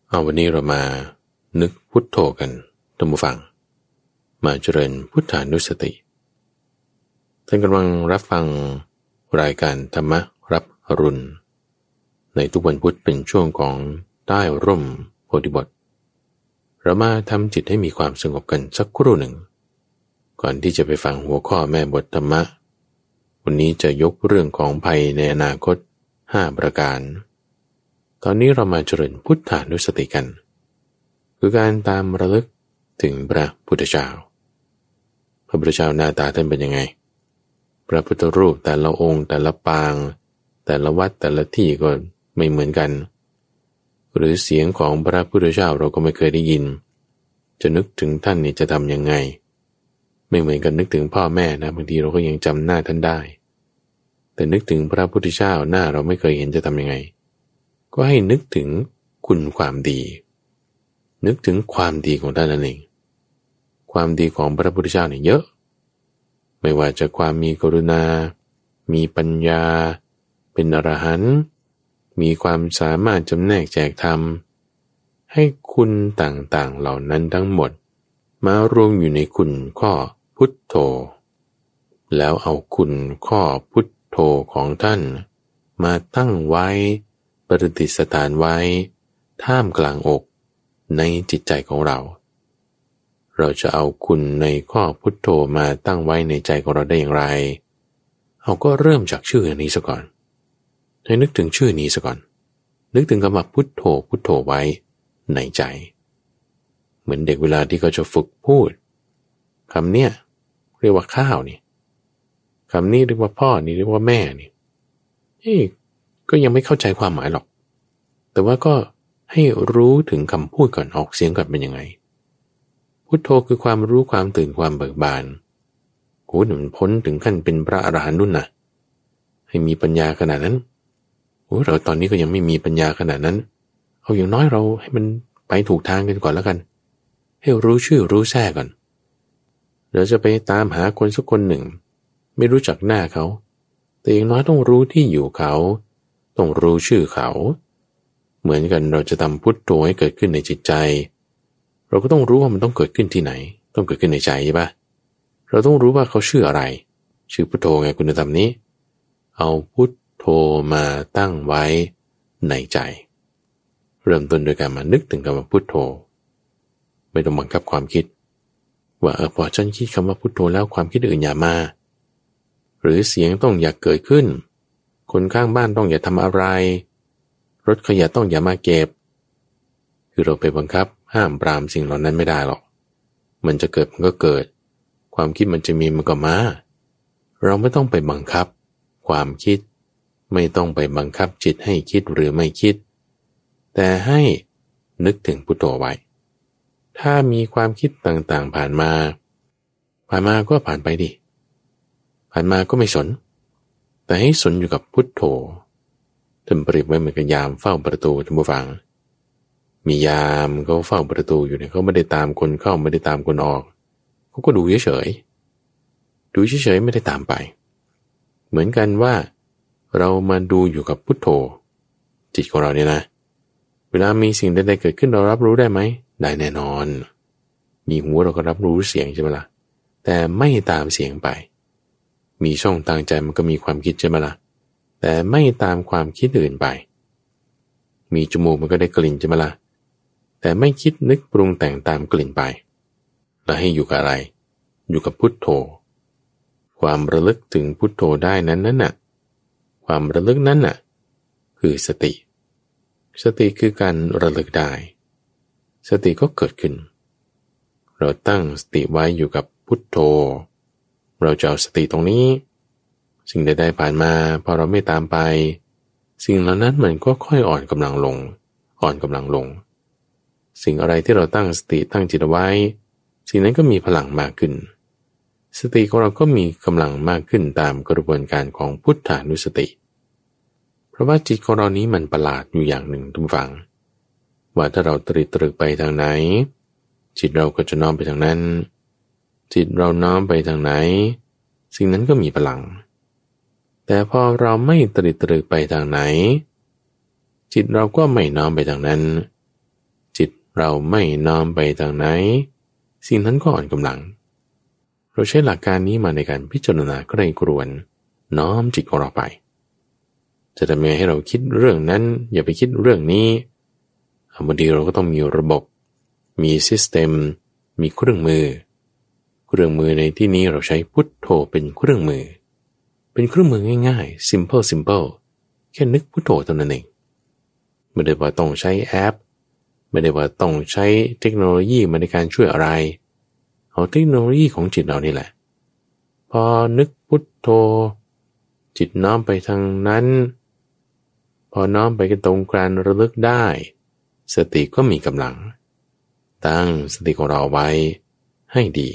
เอาวันนี้เรามานึกพุทโธกันท่านผู้ฟังมาเจริญพุทธานุสติท่านกำลังรับฟังรายการธรรมรับอรุณในทุกวันพุธเป็นช่วงของใต้ร่มโพธิบทเรามาทำจิตให้มีความสงบกันสักครู่หนึ่งก่อนที่จะไปฟังหัวข้อแม่บทธรรมะวันนี้จะยกเรื่องของภัยในอนาคต5ประการตอนนี้เรามาเจริญพุทธานุสติกันคือการตามระลึกถึงพระพุทธเจ้าพระพุทธเจ้าหน้าตาท่านเป็นยังไงพระพุทธรูปแต่ละองค์แต่ละปางแต่ละวัดแต่ละที่ก็ไม่เหมือนกันหรือเสียงของพระพุทธเจ้าเราก็ไม่เคยได้ยินจะนึกถึงท่านนี่จะทำยังไงไม่เหมือนกันนึกถึงพ่อแม่นะบางทีเราก็ยังจำหน้าท่านได้แต่นึกถึงพระพุทธเจ้าหน้าเราไม่เคยเห็นจะทำยังไงก็ให้นึกถึงคุณความดีนึกถึงความดีของท่านนั่นเองความดีของพระพุทธเจ้าเนี่ยเยอะไม่ว่าจะความมีกรุณามีปัญญาเป็นอรหันต์มีความสามารถจำแนกแจกธรรมให้คุณต่างๆเหล่านั้นทั้งหมดมารวมอยู่ในคุณข้อพุทโธแล้วเอาคุณข้อพุทโธของท่านมาตั้งไว้ประดิษฐานไว้ท่ามกลางอกในจิตใจของเราเราจะเอาคุณในข้อพุทโธมาตั้งไว้ในใจของเราได้อย่างไรเอาก็เริ่มจากชื่อนี้ซะก่อนให้นึกถึงชื่อนี้ซะก่อนนึกถึงคำว่าพุทโธพุทโธไว้ในใจเหมือนเด็กเวลาที่เขาจะฝึกพูดคำเนี้ยเรียกว่าข้าวนี่คำนี้เรียกว่าพ่อนี่เรียกว่าแม่นี่ก็ยังไม่เข้าใจความหมายหรอกแต่ว่าก็ให้รู้ถึงคำพูดก่อนออกเสียงก่อนเป็นยังไงพุทโธคือความรู้ความตื่นความเบิกบานโอ้มันพ้นถึงขั้นเป็นพระอรหันต์นู่นนะให้มีปัญญาขนาดนั้นโอ้เราตอนนี้ก็ยังไม่มีปัญญาขนาดนั้นเอาอย่างน้อยเราให้มันไปถูกทางกันก่อนแล้วกันให้รู้ชื่อรู้แท้ก่อนเราจะไปตามหาคนสักคนหนึ่งไม่รู้จักหน้าเขาแต่อย่างน้อยต้องรู้ที่อยู่เขาต้องรู้ชื่อเขาเหมือนกันเราจะทำพุทโธให้เกิดขึ้นในจิตใจเราก็ต้องรู้ว่ามันต้องเกิดขึ้นที่ไหนต้องเกิดขึ้นในใจใช่ปะเราต้องรู้ว่าเขาชื่ออะไรชื่อพุทโธไงคุณธรรมนี้เอาพุทโธมาตั้งไว้ในใจเริ่มต้นโดยการมานึกถึงคำว่าพุทโธไม่ต้องบังคับความคิดว่าพอฉันคิดคำว่าพุทโธแล้วความคิดอื่นอย่ามาหรือเสียงต้องอย่าเกิดขึ้นคนข้างบ้านต้องอย่าทำอะไรรถขยะต้องอย่ามาเก็บคือเราไปบังคับห้ามปรามสิ่งเหล่านั้นไม่ได้หรอกมันจะเกิดมันก็เกิดความคิดมันจะมีมันก็มาเราไม่ต้องไปบังคับความคิดไม่ต้องไปบังคับจิตให้คิดหรือไม่คิดแต่ให้นึกถึงพุทโธไว้ถ้ามีความคิดต่างๆผ่านมาก็ผ่านไปดิผ่านมาก็ไม่สนแต่ให้สนอยู่กับพุทโธท่านเปรียบไว้เหมือนกับยามเฝ้าประตูท่านผู้ฟังมียามเขาเฝ้าประตูอยู่เนี่ยเขาไม่ได้ตามคนเข้าไม่ได้ตามคนออกเขาก็ดูเฉยๆไม่ได้ตามไปเหมือนกันว่าเรามาดูอยู่กับพุทโธจิตของเราเนี่ยนะเวลามีสิ่งใดๆเกิดขึ้นเรารับรู้ได้ไหมได้แน่นอนมีหูเราก็รับรู้เสียงใช่ไหมล่ะแต่ไม่ตามเสียงไปมีช่องทางใจมันก็มีความคิดใช่ไหมล่ะแต่ไม่ตามความคิดอื่นไปมีจมูกมันก็ได้กลิ่นใช่ไหมล่ะแต่ไม่คิดนึกปรุงแต่งตามกลิ่นไปแล้วให้อยู่กับอะไรอยู่กับพุทโธความระลึกถึงพุทโธได้นั้นน่ะความระลึกนั้นน่ะคือสติคือการระลึกได้สติก็เกิดขึ้นเราตั้งสติไว้อยู่กับพุทโธเราจะเอาสติตรงนี้สิ่งใดๆผ่านมาพอเราไม่ตามไปสิ่งเหล่านั้นมันก็ค่อยอ่อนกำลังลงสิ่งอะไรที่เราตั้งสติตั้งจิตไว้สิ่งนั้นก็มีพลังมากขึ้นสติของเราก็มีกำลังมากขึ้นตามกระบวนการของพุทธานุสติเพราะว่าจิตของเรานี้มันประหลาดอยู่อย่างหนึ่งทุกฝังว่าถ้าเราตรึกไปทางไหนจิตเราก็จะน้อมไปทางนั้นจิตเราน้อมไปทางไหนสิ่งนั้นก็มีพลังแต่พอเราไม่ตรึกไปทางไหนจิตเราก็ไม่น้อมไปทางนั้นเราไม่น้อมไปทางไหนสิ่งนั้นก็อ่อนกำลังเราใช้หลักการนี้มาในการพิจารณาใคร่ครวญน้อมจิตของเราไปจะทำยังไงให้เราคิดเรื่องนั้นอย่าไปคิดเรื่องนี้บางทีเราก็ต้องมีระบบมีซิสเต็มมีเครื่องมือในที่นี้เราใช้พุทโธเป็นเครื่องมือง่ายๆ simple แค่นึกพุทโธเท่านั้นเองไม่ได้ว่าต้องใช้แอปไม่ได้ว่าต้องใช้เทคโนโลยีมาในการช่วยอะไรเอาเทคโนโลยีของจิตเรานี่แหละพอนึกพุทโธจิตน้อมไปทางนั้นพอน้อมไปกันตรงกลางระลึกได้สติก็มีกำลังตั้งสติของเราไว้ให้ดี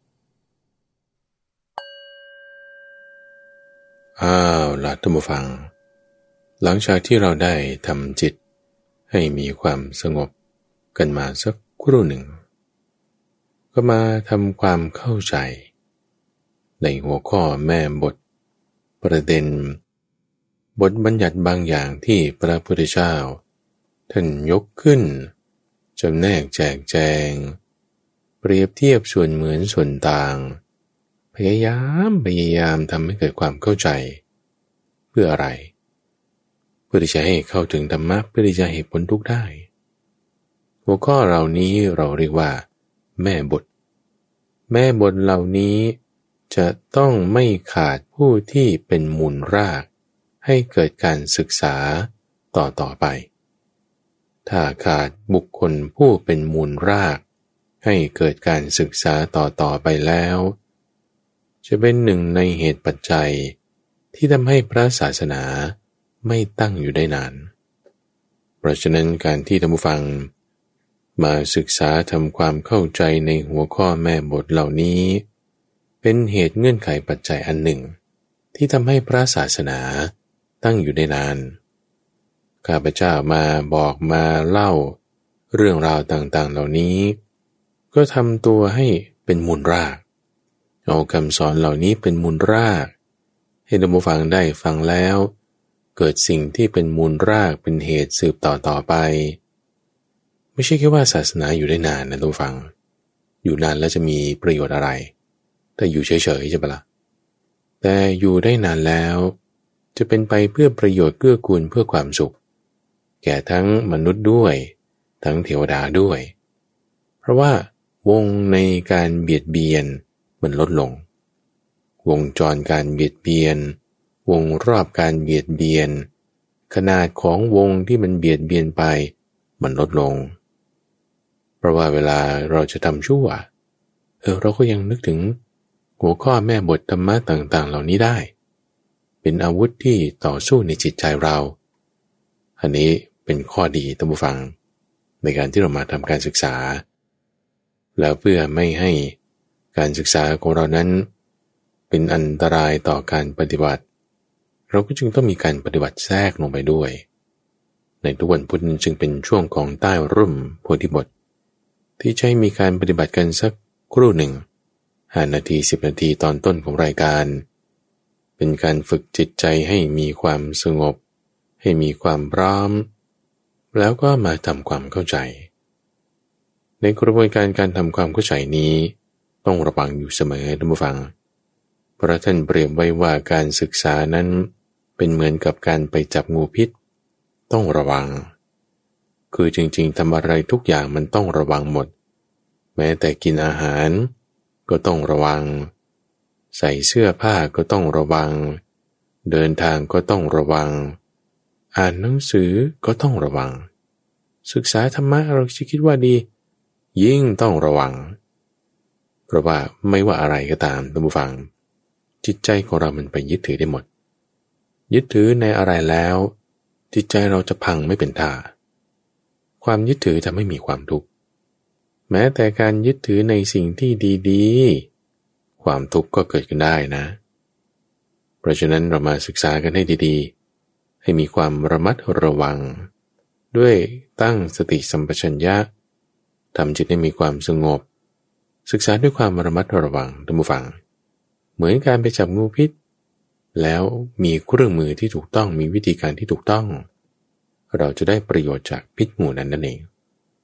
ล่ะท่านผู้ฟังหลังจากที่เราได้ทำจิตให้มีความสงบกันมาสักครู่หนึ่งก็มาทำความเข้าใจในหัวข้อแม่บทประเด็นบทบัญญัติบางอย่างที่พระพุทธเจ้าท่านยกขึ้นจำแนกแจกแจงเปรียบเทียบส่วนเหมือนส่วนต่างพยายามทำให้เกิดความเข้าใจเพื่ออะไรเพื่อที่จะให้เข้าถึงธรรมะเพื่อที่จะให้พ้นทุกข์ได้หัวข้อเหล่านี้เราเรียกว่าแม่บทเหล่านี้จะต้องไม่ขาดผู้ที่เป็นมูลรากให้เกิดการศึกษาต่อไปถ้าขาดบุคคลผู้เป็นมูลรากให้เกิดการศึกษาต่อไปแล้วจะเป็นหนึ่งในเหตุปัจจัยที่ทำให้พระศาสนาไม่ตั้งอยู่ได้นานเพราะฉะนั้นการที่ท่านผู้ฟังมาศึกษาทำความเข้าใจในหัวข้อแม่บทเหล่านี้เป็นเหตุเงื่อนไขปัจจัยอันหนึ่งที่ทำให้พระศาสนาตั้งอยู่ได้นานข้าพเจ้ามาบอกมาเล่าเรื่องราวต่างๆเหล่านี้ก็ทำตัวให้เป็นมูลรากเอาคำสอนเหล่านี้เป็นมูลรากให้ท่านผู้ฟังได้ฟังแล้วเกิดสิ่งที่เป็นมูลรากเป็นเหตุสืบต่อไปไม่ใช่แค่ว่าศาสนาอยู่ได้นานนะท่านผู้ฟังอยู่นานแล้วจะมีประโยชน์อะไรถ้าอยู่เฉยๆใช่ปะล่ะแต่อยู่ได้นานแล้วจะเป็นไปเพื่อประโยชน์เกื้อกูลเพื่อความสุขแก่ทั้งมนุษย์ด้วยทั้งเทวดาด้วยเพราะว่าวงในการเบียดเบียนมันลดลงวงจรการเบียดเบียนวงรอบการเบียดเบียนขนาดของวงที่มันเบียดเบียนไปมันลดลงเพราะว่าเวลาเราจะทำชั่วเราก็ยังนึกถึงหัวข้อแม่บทธรรมะต่างๆเหล่านี้ได้เป็นอาวุธที่ต่อสู้ในจิตใจเราอันนี้เป็นข้อดีท่านผู้ฟังในการที่เรามาทำการศึกษาแล้วเพื่อไม่ให้การศึกษาของเรานั้นเป็นอันตรายต่อการปฏิบัติเราก็จึงต้องมีการปฏิบัติแทรกลงไปด้วยในทุกวันพุธจึงเป็นช่วงของใต้ร่มโพธิบทที่ใช้มีการปฏิบัติกันสักครู่หนึ่ง5 นาที10 นาทีตอนต้นของรายการเป็นการฝึกจิตใจให้มีความสงบให้มีความพร้อมแล้วก็มาทำความเข้าใจในกระบวนการทำความเข้าใจนี้ต้องระวังอยู่เสมอท่านผู้ฟังพระท่านเปรียบไว้ว่าการศึกษานั้นเป็นเหมือนกับการไปจับงูพิษต้องระวังคือจริงๆทำอะไรทุกอย่างมันต้องระวังหมดแม้แต่กินอาหารก็ต้องระวังใส่เสื้อผ้าก็ต้องระวังเดินทางก็ต้องระวังอ่านหนังสือก็ต้องระวังศึกษาธรรมะเราคิดว่าดียิ่งต้องระวังเพราะว่าไม่ว่าอะไรก็ตามท่านผู้ฟังจิตใจของเรามันไปยึดถือได้หมดยึดถือในอะไรแล้วจิตใจเราจะพังไม่เป็นท่าความยึดถือจะไม่มีความทุกข์แม้แต่การยึดถือในสิ่งที่ดีๆความทุกข์ก็เกิดขึ้นได้นะเพราะฉะนั้นเรามาศึกษากันให้ดีๆให้มีความระมัดระวังด้วยตั้งสติสัมปชัญญะทำจิตให้มีความสงบศึกษาด้วยความระมัดระวังท่านผู้ฟังเหมือนการไปจับงูพิษแล้วมีเครื่องมือที่ถูกต้องมีวิธีการที่ถูกต้องเราจะได้ประโยชน์จากพิษงูนั้นนั่นเอง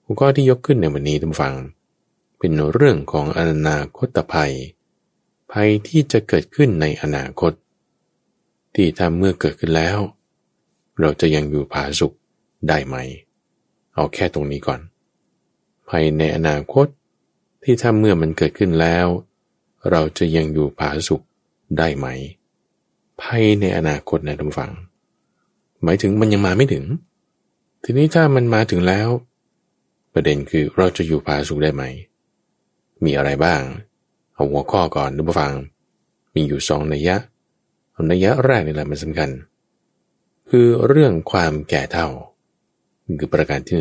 หัวข้อที่ยกขึ้นในวันนี้ท่านผู้ฟังเป็นเรื่องของอนาคตภัยภัยที่จะเกิดขึ้นในอนาคตที่ถ้าเมื่อเกิดขึ้นแล้วเราจะยังอยู่ผาสุกได้ไหมเอาแค่ตรงนี้ก่อนภัยในอนาคตที่ถ้าเมื่อมันเกิดขึ้นแล้วเราจะยังอยู่ผาสุกได้ไหมภัยในอนาคตนะท่านผู้ฟังหมายถึงมันยังมาไม่ถึงทีนี้ถ้ามันมาถึงแล้วประเด็นคือเราจะอยู่ผาสุกได้ไหมมีอะไรบ้างเอาหัวข้อก่อนท่านผู้ฟังมีอยู่2 นัยยะนัยยะแรกนี่แหละมันสำคัญคือเรื่องความแก่เฒ่าคือประการที่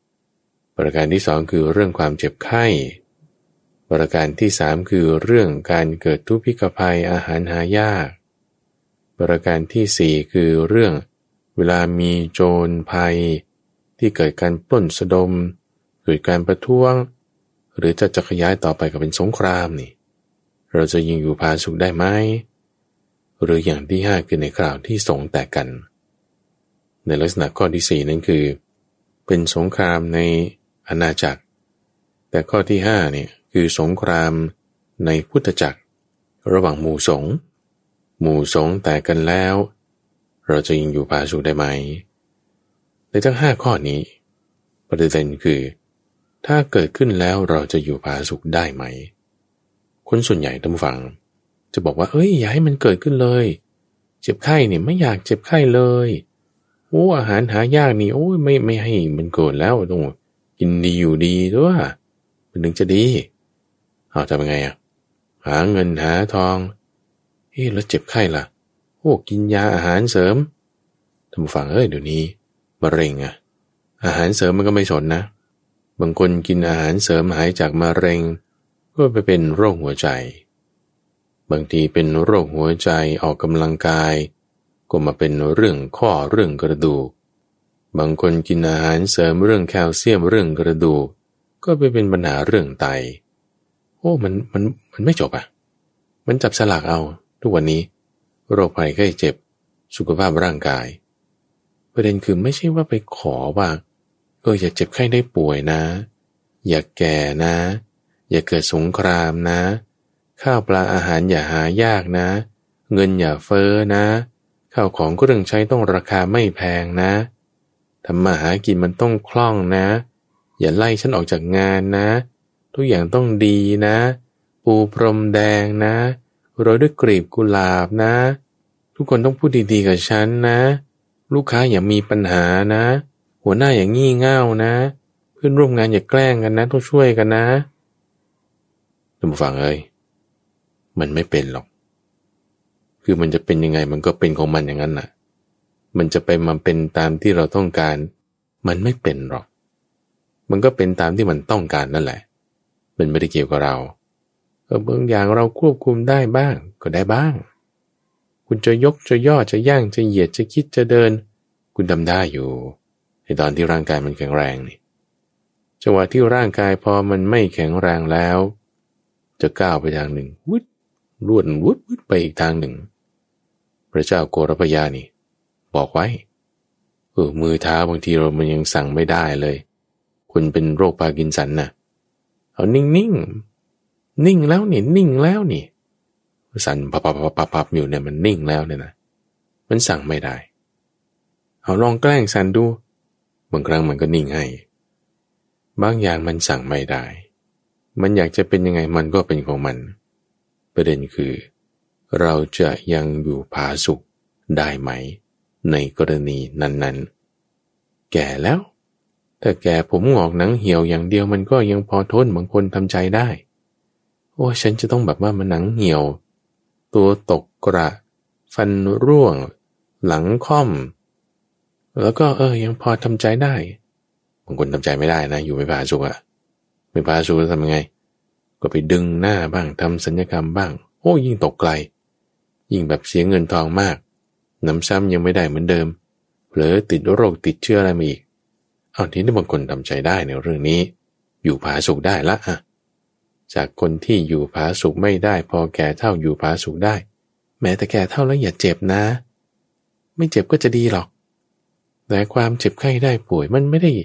1ประการที่2คือเรื่องความเจ็บไข้ประการที่3คือเรื่องการเกิดทุพพิกภัยอาหารหายากประการที่4คือเรื่องเวลามีโจรภัยที่เกิดการปล้นสะดมเกิดการประท้วงหรือจะขยายต่อไปกับเป็นสงครามนี่เราจะยังอยู่ผาสุกได้ไหมหรืออย่างที่5คือในคราวที่สงฆ์แตกกันในลักษณะข้อที่4นั้นคือเป็นสงครามในอาณาจักรแต่ข้อที่5เนี่ยคือสงครามในพุทธจักรระหว่างหมู่สงฆ์แตกกันแล้วเราจะยังอยู่ผาสุกได้ไหมในทั้ง5ข้อนี้ประเด็นคือถ้าเกิดขึ้นแล้วเราจะอยู่ผาสุกได้ไหมคนส่วนใหญ่ท่านผู้ฟังจะบอกว่าอย่าให้มันเกิดขึ้นเลยเจ็บไข้เนี่ยไม่อยากเจ็บไข้เลยอาหารหายากนี่ไม่ให้มันเกิดแล้วต้องกินดีอยู่ดีด้วยมันถึงจะดีเอาทำยังไงหาเงินหาทองแล้วเจ็บไข้ล่ะกินยาอาหารเสริมท่านผู้ฟังเดี๋ยวนี้มะเร็งอาหารเสริมมันก็ไม่สนนะบางคนกินอาหารเสริมหายจากมะเร็งก็ไปเป็นโรคหัวใจบางทีเป็นโรคหัวใจออกกำลังกายก็มาเป็นเรื่องข้อเรื่องกระดูกบางคนกินอาหารเสริมเรื่องแคลเซียมเรื่องกระดูกก็ไปเป็นปัญหาเรื่องไตมันไม่จบมันจับสลากเอาทุกวันนี้โรคภัยไข้เจ็บสุขภาพร่างกายประเด็นคือไม่ใช่ว่าไปขอว่าอย่าเจ็บไข้ได้ป่วยนะอย่าแก่นะอย่าเกิดสงครามนะข้าวปลาอาหารอย่าหายากนะเงินอย่าเฟ้อนะข้าวของเครื่องใช้ต้องราคาไม่แพงนะทำมาหากินมันต้องคล่องนะอย่าไล่ฉันออกจากงานนะทุกอย่างต้องดีนะปูพรมแดงนะโรยด้วยกลีบกุหลาบนะทุกคนต้องพูดดีๆกับฉันนะลูกค้าอย่ามีปัญหานะหัวหน้าอย่างงี่เง่านะเพื่อนร่วมงานอย่าแกล้งกันนะต้องช่วยกันนะท่านผู้ฟังมันไม่เป็นหรอกคือมันจะเป็นยังไงมันก็เป็นของมันอย่างนั้นน่ะมันจะไปมาเป็นตามที่เราต้องการมันไม่เป็นหรอกมันก็เป็นตามที่มันต้องการนั่นแหละมันไม่ได้เกี่ยวกับเราบางอย่างเราควบคุมได้บ้างก็ได้บ้างคุณจะยกจะย่อจะย่างจะเหยียดจะคิดจะเดินคุณทำได้อยู่ในตอนที่ร่างกายมันแข็งแรงนี่จังหวะที่ร่างกายพอมันไม่แข็งแรงแล้วจะก้าวไปทางหนึ่งล้วนไปอีกทางหนึ่งพระเจ้าโกรพยานี่บอกไว้มือเท้าบางทีเรามันยังสั่งไม่ได้เลยคุณเป็นโรคพาร์กินสันน่ะเอานิ่งแล้วนี่นิ่งแล้วนี่สั่นปับอยู่เนี่ยมันนิ่งแล้วเนี่ยนะมันสั่งไม่ได้เอาลองแกล้งสั่นดูบางครั้งมันก็นิ่งให้บางอย่างมันสั่งไม่ได้มันอยากจะเป็นยังไงมันก็เป็นของมันประเด็นคือเราจะยังอยู่ผาสุกได้ไหมในกรณีนั้นๆแก่แล้วถ้าแก่ผมงอกหนังเหี่ยวอย่างเดียวมันก็ยังพอทนบางคนทำใจได้ฉันจะต้องแบบว่ามันหนังเหี่ยวตัวตกกระฟันร่วงหลังค่อมแล้วก็ยังพอทำใจได้บางคนทำใจไม่ได้นะอยู่ไม่ผาสุกไม่ผาสุกจะทำยังไงก็ไปดึงหน้าบ้างทำศัลยกรรมบ้างยิ่งตกไกลยิ่งแบบเสียเงินทองมากน้ำซ้ำยังไม่ได้เหมือนเดิมเผลอติดโรคติดเชื้ออะไรมาอีกทีนี้บางคนทำใจได้ในเรื่องนี้อยู่ผาสุกได้ละจากคนที่อยู่ผาสุกไม่ได้พอแก่เฒ่าอยู่ผาสุกได้แม้แต่แก่เฒ่าแล้วอย่าเจ็บนะไม่เจ็บก็จะดีหรอกแต่ความเจ็บไข้ได้ป่วยมันไม่ได้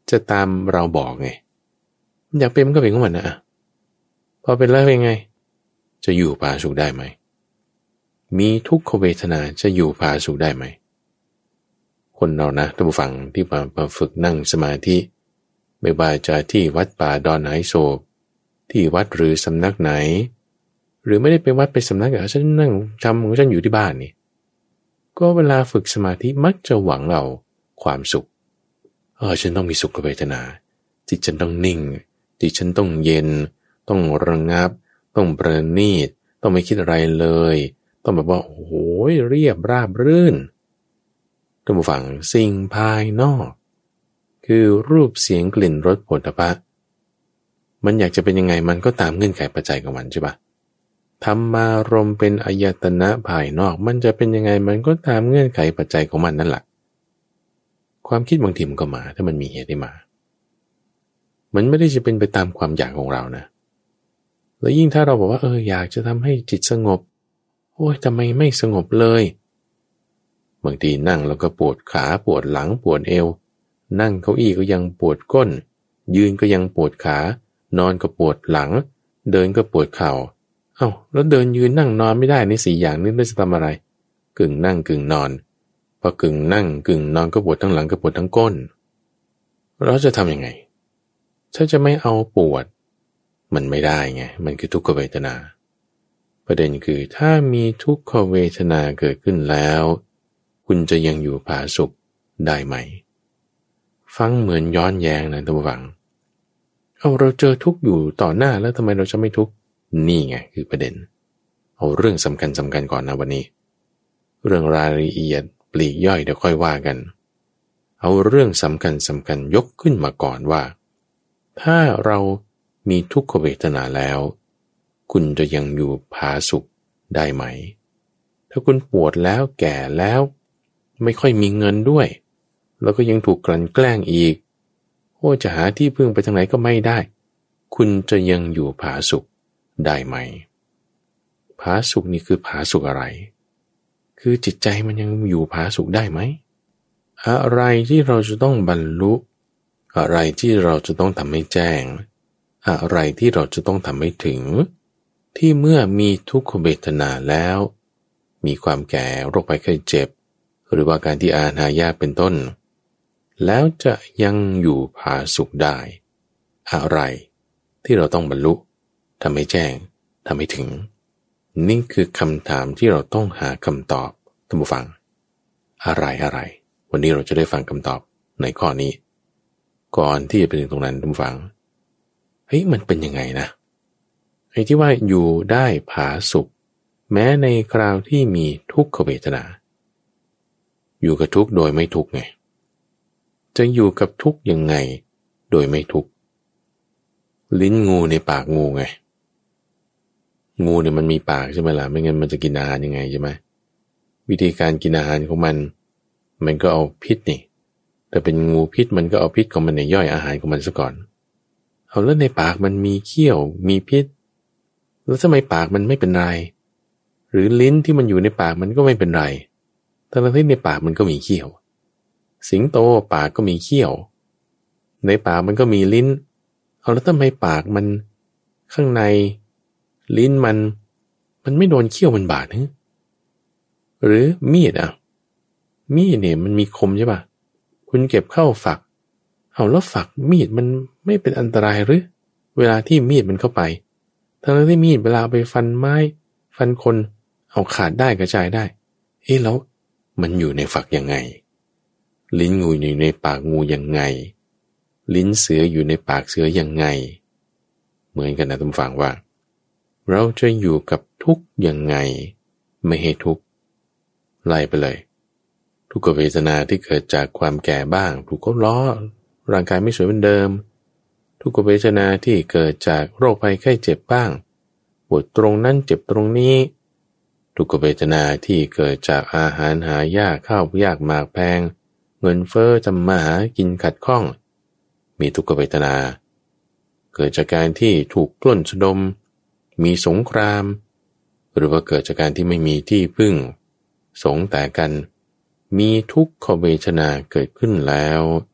จะตามเราบอกไงอยากเป็นมันก็เป็นของมันนะพอเป็นแล้วเป็นไงจะอยู่ผาสุกได้ไหมมีทุกขเวทนาจะอยู่ผาสุกได้ไหมคนเรานะท่านผู้ฟังที่มาฝึกนั่งสมาธิไม่ว่าจะที่วัดป่าดอนไหโศกที่วัดหรือสำนักไหนหรือไม่ได้ไปวัดไปสำนักฉันนั่งทำของฉันอยู่ที่บ้านนี่ก็เวลาฝึกสมาธิมักจะหวังเราความสุขฉันต้องมีสุขเวทนาจิตฉันต้องนิ่งจิตฉันต้องเย็นต้องระงับต้องประณีตต้องไม่คิดอะไรเลยต้องแบบว่าโอ้โหเรียบราบรื่นท่านผู้ฟังสิ่งภายนอกคือรูปเสียงกลิ่นรสโผฏฐัพพะมันอยากจะเป็นยังไงมันก็ตามเงื่อนไขปัจจัยของมันใช่ปะธรรมารมณ์เป็นอายตนะภายนอกมันจะเป็นยังไงมันก็ตามเงื่อนไขปัจจัยของมันนั่นแหละความคิดบางทีมันก็มาถ้ามันมีเหตุให้มามันไม่ได้จะเป็นไปตามความอยากของเรานะแล้วยิ่งถ้าเราบอกว่าอยากจะทำให้จิตสงบโอ้ยทำไมไม่สงบเลยบางทีนั่งแล้วก็ปวดขาปวดหลังปวดเอวนั่งเก้าอี้ก็ยังปวดก้นยืนก็ยังปวดขานอนก็ปวดหลังเดินก็ปวดเข่าแล้วเดินยืนนั่งนอนไม่ได้ใน4อย่างนี้เราจะทำอะไรกึ่งนั่งกึ่งนอนพอกึ่งนั่งกึ่งนอนก็ปวดทั้งหลังก็ปวดทั้งก้นเราจะทำยังไงถ้าจะไม่เอาปวดมันไม่ได้ไงมันคือทุกขเวทนาประเด็นคือถ้ามีทุกขเวทนาเกิดขึ้นแล้วคุณจะยังอยู่ผาสุกได้ไหมฟังเหมือนย้อนแย้งนะท่านผู้ฟังเราเจอทุกข์อยู่ต่อหน้าแล้วทำไมเราจะไม่ทุกข์นี่ไงคือประเด็นเอาเรื่องสำคัญก่อนนะวันนี้เรื่องรายละเอียดปลีกย่อยเดี๋ยวค่อยว่ากันเอาเรื่องสำคัญยกขึ้นมาก่อนว่าถ้าเรามีทุกขเวทนาแล้วคุณจะยังอยู่ผาสุกได้ไหมถ้าคุณปวดแล้วแก่แล้วไม่ค่อยมีเงินด้วยแล้วก็ยังถูกกลั่นแกล้งอีกจะหาที่พึ่งไปทางไหนก็ไม่ได้คุณจะยังอยู่ผาสุกได้ไหมผาสุกนี่คือผาสุกอะไรคือจิตใจมันยังอยู่ผาสุกได้ไหมอะไรที่เราจะต้องบรรลุอะไรที่เราจะต้องทำให้แจ้งอะไรที่เราจะต้องทำให้ถึงที่เมื่อมีทุกขเวทนาแล้วมีความแก่โรคภัยไข้เจ็บหรือว่าการที่อาหายากเป็นต้นแล้วจะยังอยู่ผาสุกได้อะไรที่เราต้องบรรลุทำให้แจ้งทำให้ถึงนี่คือคำถามที่เราต้องหาคำตอบท่านผู้ฟังอะไรวันนี้เราจะได้ฟังคำตอบในข้อนี้ก่อนที่จะไปถึงตรงนั้นท่านผู้ฟังมันเป็นยังไงนะไอ้ที่ว่าอยู่ได้ผาสุกแม้ในคราวที่มีทุกขเวทนาอยู่กับทุกข์โดยไม่ทุกข์ไงจะอยู่กับทุกข์ยังไงโดยไม่ทุกข์ลิ้นงูในปากงูไงงูเนี่ยมันมีปากใช่ไหมล่ะไม่งั้นมันจะกินอาหารยังไงใช่ไหมวิธีการกินอาหารของมันก็เอาพิษนี่แต่เป็นงูพิษมันก็เอาพิษของมันในย่อยอาหารของมันซะก่อนแล้วในปากมันมีเขี้ยวมีพิษแล้วทำไมปากมันไม่เป็นไรหรือลิ้นที่มันอยู่ในปากมันก็ไม่เป็นไรทั้งที่ในปากมันก็มีเขี้ยวสิงโตปากก็มีเขี้ยวในปากมันก็มีลิ้นแล้วทำไมปากมันข้างในลิ้นมันไม่โดนเขี้ยวมันบาดหรือมีดมีดเนี่ยมันมีคมใช่ป่ะคุณเก็บเข้าฝักแล้วฝักมีดมันไม่เป็นอันตรายหรือเวลาที่มีดมันเข้าไปทั้งที่มีดเวลาไปฟันไม้ฟันคนขาดได้กระจายได้แล้วมันอยู่ในฝักยังไงลิ้นงูอยู่ในปากงูยังไงลิ้นเสืออยู่ในปากเสือยังไงเหมือนกันนะท่านฟังว่าเราจะอยู่กับทุกข์ยังไงไม่ให้ทุกข์ไล่ไปเลยทุกขเวทนาที่เกิดจากความแก่บ้างถูกเขาล้อร่างกายไม่สวยเหมือนเดิมทุกขเวทนาที่เกิดจากโรคภัยไข้เจ็บบ้างปวดตรงนั้นเจ็บตรงนี้ทุกขเวทนาที่เกิดจากอาหารหายากข้าวยากหมากแพงเงินเฟ้อทำมาหากินขัดข้องมีทุกขเวทนาเกิดจากการที่ถูกปล้นสะดมมีสงครามหรือว่าเกิดจากการที่ไม่มีที่พึ่งสงแต่กันมีทุกขเวทนาเกิดขึ้นแล้ว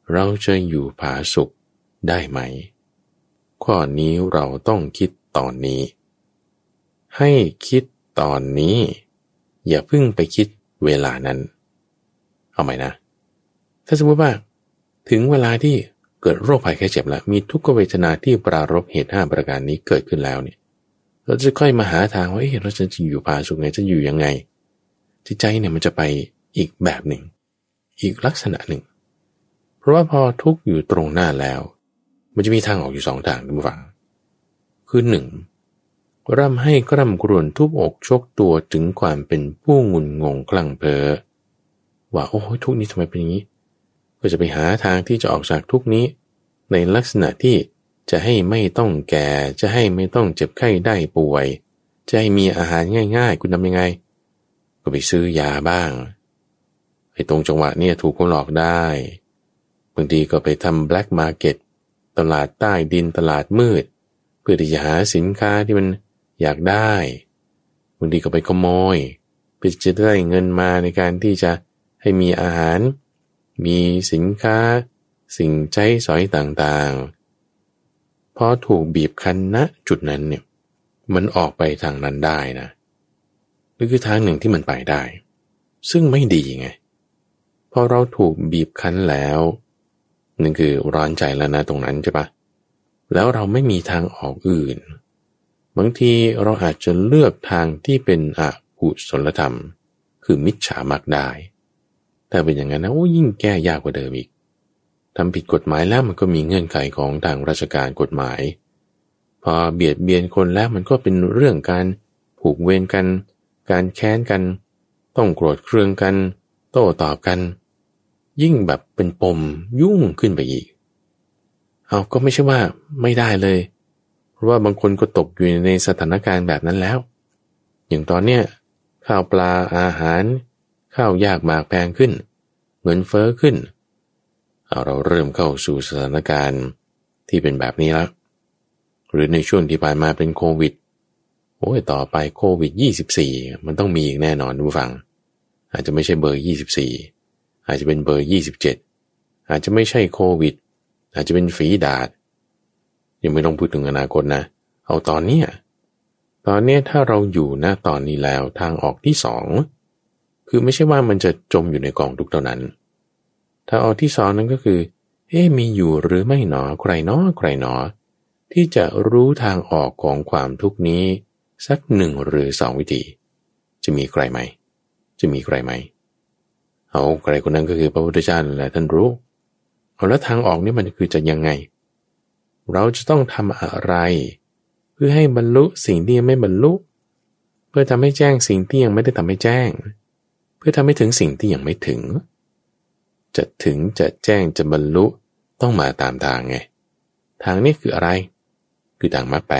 เราจะอยู่ผาสุกได้ไหมข้อนี้เราต้องคิดตอนนี้ให้คิดตอนนี้อย่าเพิ่งไปคิดเวลานั้นเอาใหม่นะถ้าสมมติว่าถึงเวลาที่เกิดโรคภัยไข้เจ็บแล้วมีทุกขเวทนาที่ปรารภเหตุ5ประการนี้เกิดขึ้นแล้วเนี่ยเราจะค่อยมาหาทางว่าเราจะอยู่ผาสุกไงจะอยู่ยังไงจิตใจเนี่ยมันจะไปอีกแบบหนึ่งอีกลักษณะหนึ่งเพราะว่าพอทุกข์อยู่ตรงหน้าแล้วมันจะมีทางออกอยู่2ทางท่านผู้ฟังคือ1ร่ำให้กร่ำกรวนทุบอกชกตัวถึงความเป็นผู้งุนงงคลั่งเพ้อว่าโอ้ยทุกข์นี้ทำไมเป็นอย่างนี้ก็จะไปหาทางที่จะออกจากทุกข์นี้ในลักษณะที่จะให้ไม่ต้องแก่จะให้ไม่ต้องเจ็บไข้ได้ป่วยจะให้มีอาหารง่ายๆคุณทำยังไงก็ไปซื้อยาบ้างไอ้ตรงจังหวะเนี่ยถูกคนหลอกได้บางทีก็ไปทำแบล็กมาร์เก็ตตลาดใต้ดินตลาดมืดเพื่อที่จะหาสินค้าที่มันอยากได้บางทีก็ไปขโมยเพื่อจะได้เงินมาในการที่จะให้มีอาหารมีสินค้าสิ่งใช้สอยต่างๆพอถูกบีบคั้นณจุดนั้นเนี่ยมันออกไปทางนั้นได้นะนี่คือทางหนึ่งที่มันไปได้ซึ่งไม่ดีไงพอเราถูกบีบคั้นแล้วนั่นคือร้อนใจแล้วนะตรงนั้นใช่ปะแล้วเราไม่มีทางออกอื่นบางทีเราอาจจะเลือกทางที่เป็นอกุศลธรรมคือมิจฉามรรคได้ถ้าเป็นอย่างนั้นนะยิ่งแก้ยากกว่าเดิมอีกทำผิดกฎหมายแล้วมันก็มีเงื่อนไขของทางราชการกฎหมายพอเบียดเบียนคนแล้วมันก็เป็นเรื่องการผูกเวรกันการแค้นกันต้องโกรธเคืองกันโต้ตอบกันยิ่งแบบเป็นปมยุ่งขึ้นไปอีกเอาก็ไม่ใช่ว่าไม่ได้เลยเพราะว่าบางคนก็ตกอยู่ในสถานการณ์แบบนั้นแล้วอย่างตอนเนี้ยข้าวปลาอาหารข้าวยากหมากแพงขึ้นเงินเฟ้อขึ้นเราเริ่มเข้าสู่สถานการณ์ที่เป็นแบบนี้แล้วหรือในช่วงที่ผ่านมาเป็นโควิดต่อไปโควิด24มันต้องมีอีกแน่นอนผู้ฟังอาจจะไม่ใช่เบอร์24อาจจะเป็นเบอร์27อาจจะไม่ใช่โควิดอาจจะเป็นฝีดาษยังไม่ต้องพูดถึงอนาคตนะเอาตอนนี้ถ้าเราอยู่ณตอนนี้แล้วทางออกที่2คือไม่ใช่ว่ามันจะจมอยู่ในกองทุกข์เท่านั้นทางออกที่2นั้นก็คือมีอยู่หรือไม่หนอใครหนอที่จะรู้ทางออกของความทุกข์นี้สัก1หรือ2วิธีจะมีใครไหมเอาใครคนนั้นก็คือพระพุทธเจ้าแหละท่านรู้เอาแล้วทางออกนี่มันคือจะยังไงเราจะต้องทำอะไรเพื่อให้บรรลุสิ่งที่ยังไม่บรรลุเพื่อทำให้แจ้งสิ่งที่ยังไม่ได้ทำให้แจ้งเพื่อทำให้ถึงสิ่งที่ยังไม่ถึงจะถึงจะแจ้งจะบรรลุต้องมาตามทางไงทางนี้คืออะไรคือทางมรรค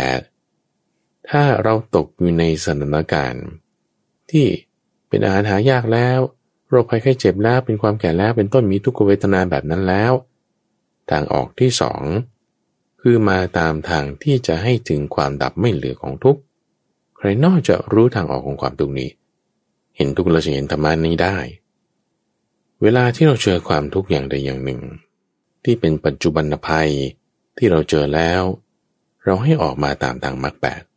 8ถ้าเราตกอยู่ในสถานการณ์ที่เป็นอาหารหายากแล้วโรคภัยไข้เจ็บแล้วเป็นความแก่แล้วเป็นต้นมีทุกขเวทนาแบบนั้นแล้วทางออกที่2คือมาตามทางที่จะให้ถึงความดับไม่เหลือของทุกข์ใครนอกจะรู้ทางออกของความทุกข์นี้เห็นทุกข์เราจะเห็นธรรมะนี้ได้เวลาที่เราเจอความทุกข์อย่างใดอย่างหนึ่งที่เป็นปัจจุบันภัยที่เราเจอแล้วเราให้ออกมาตามทางมรรค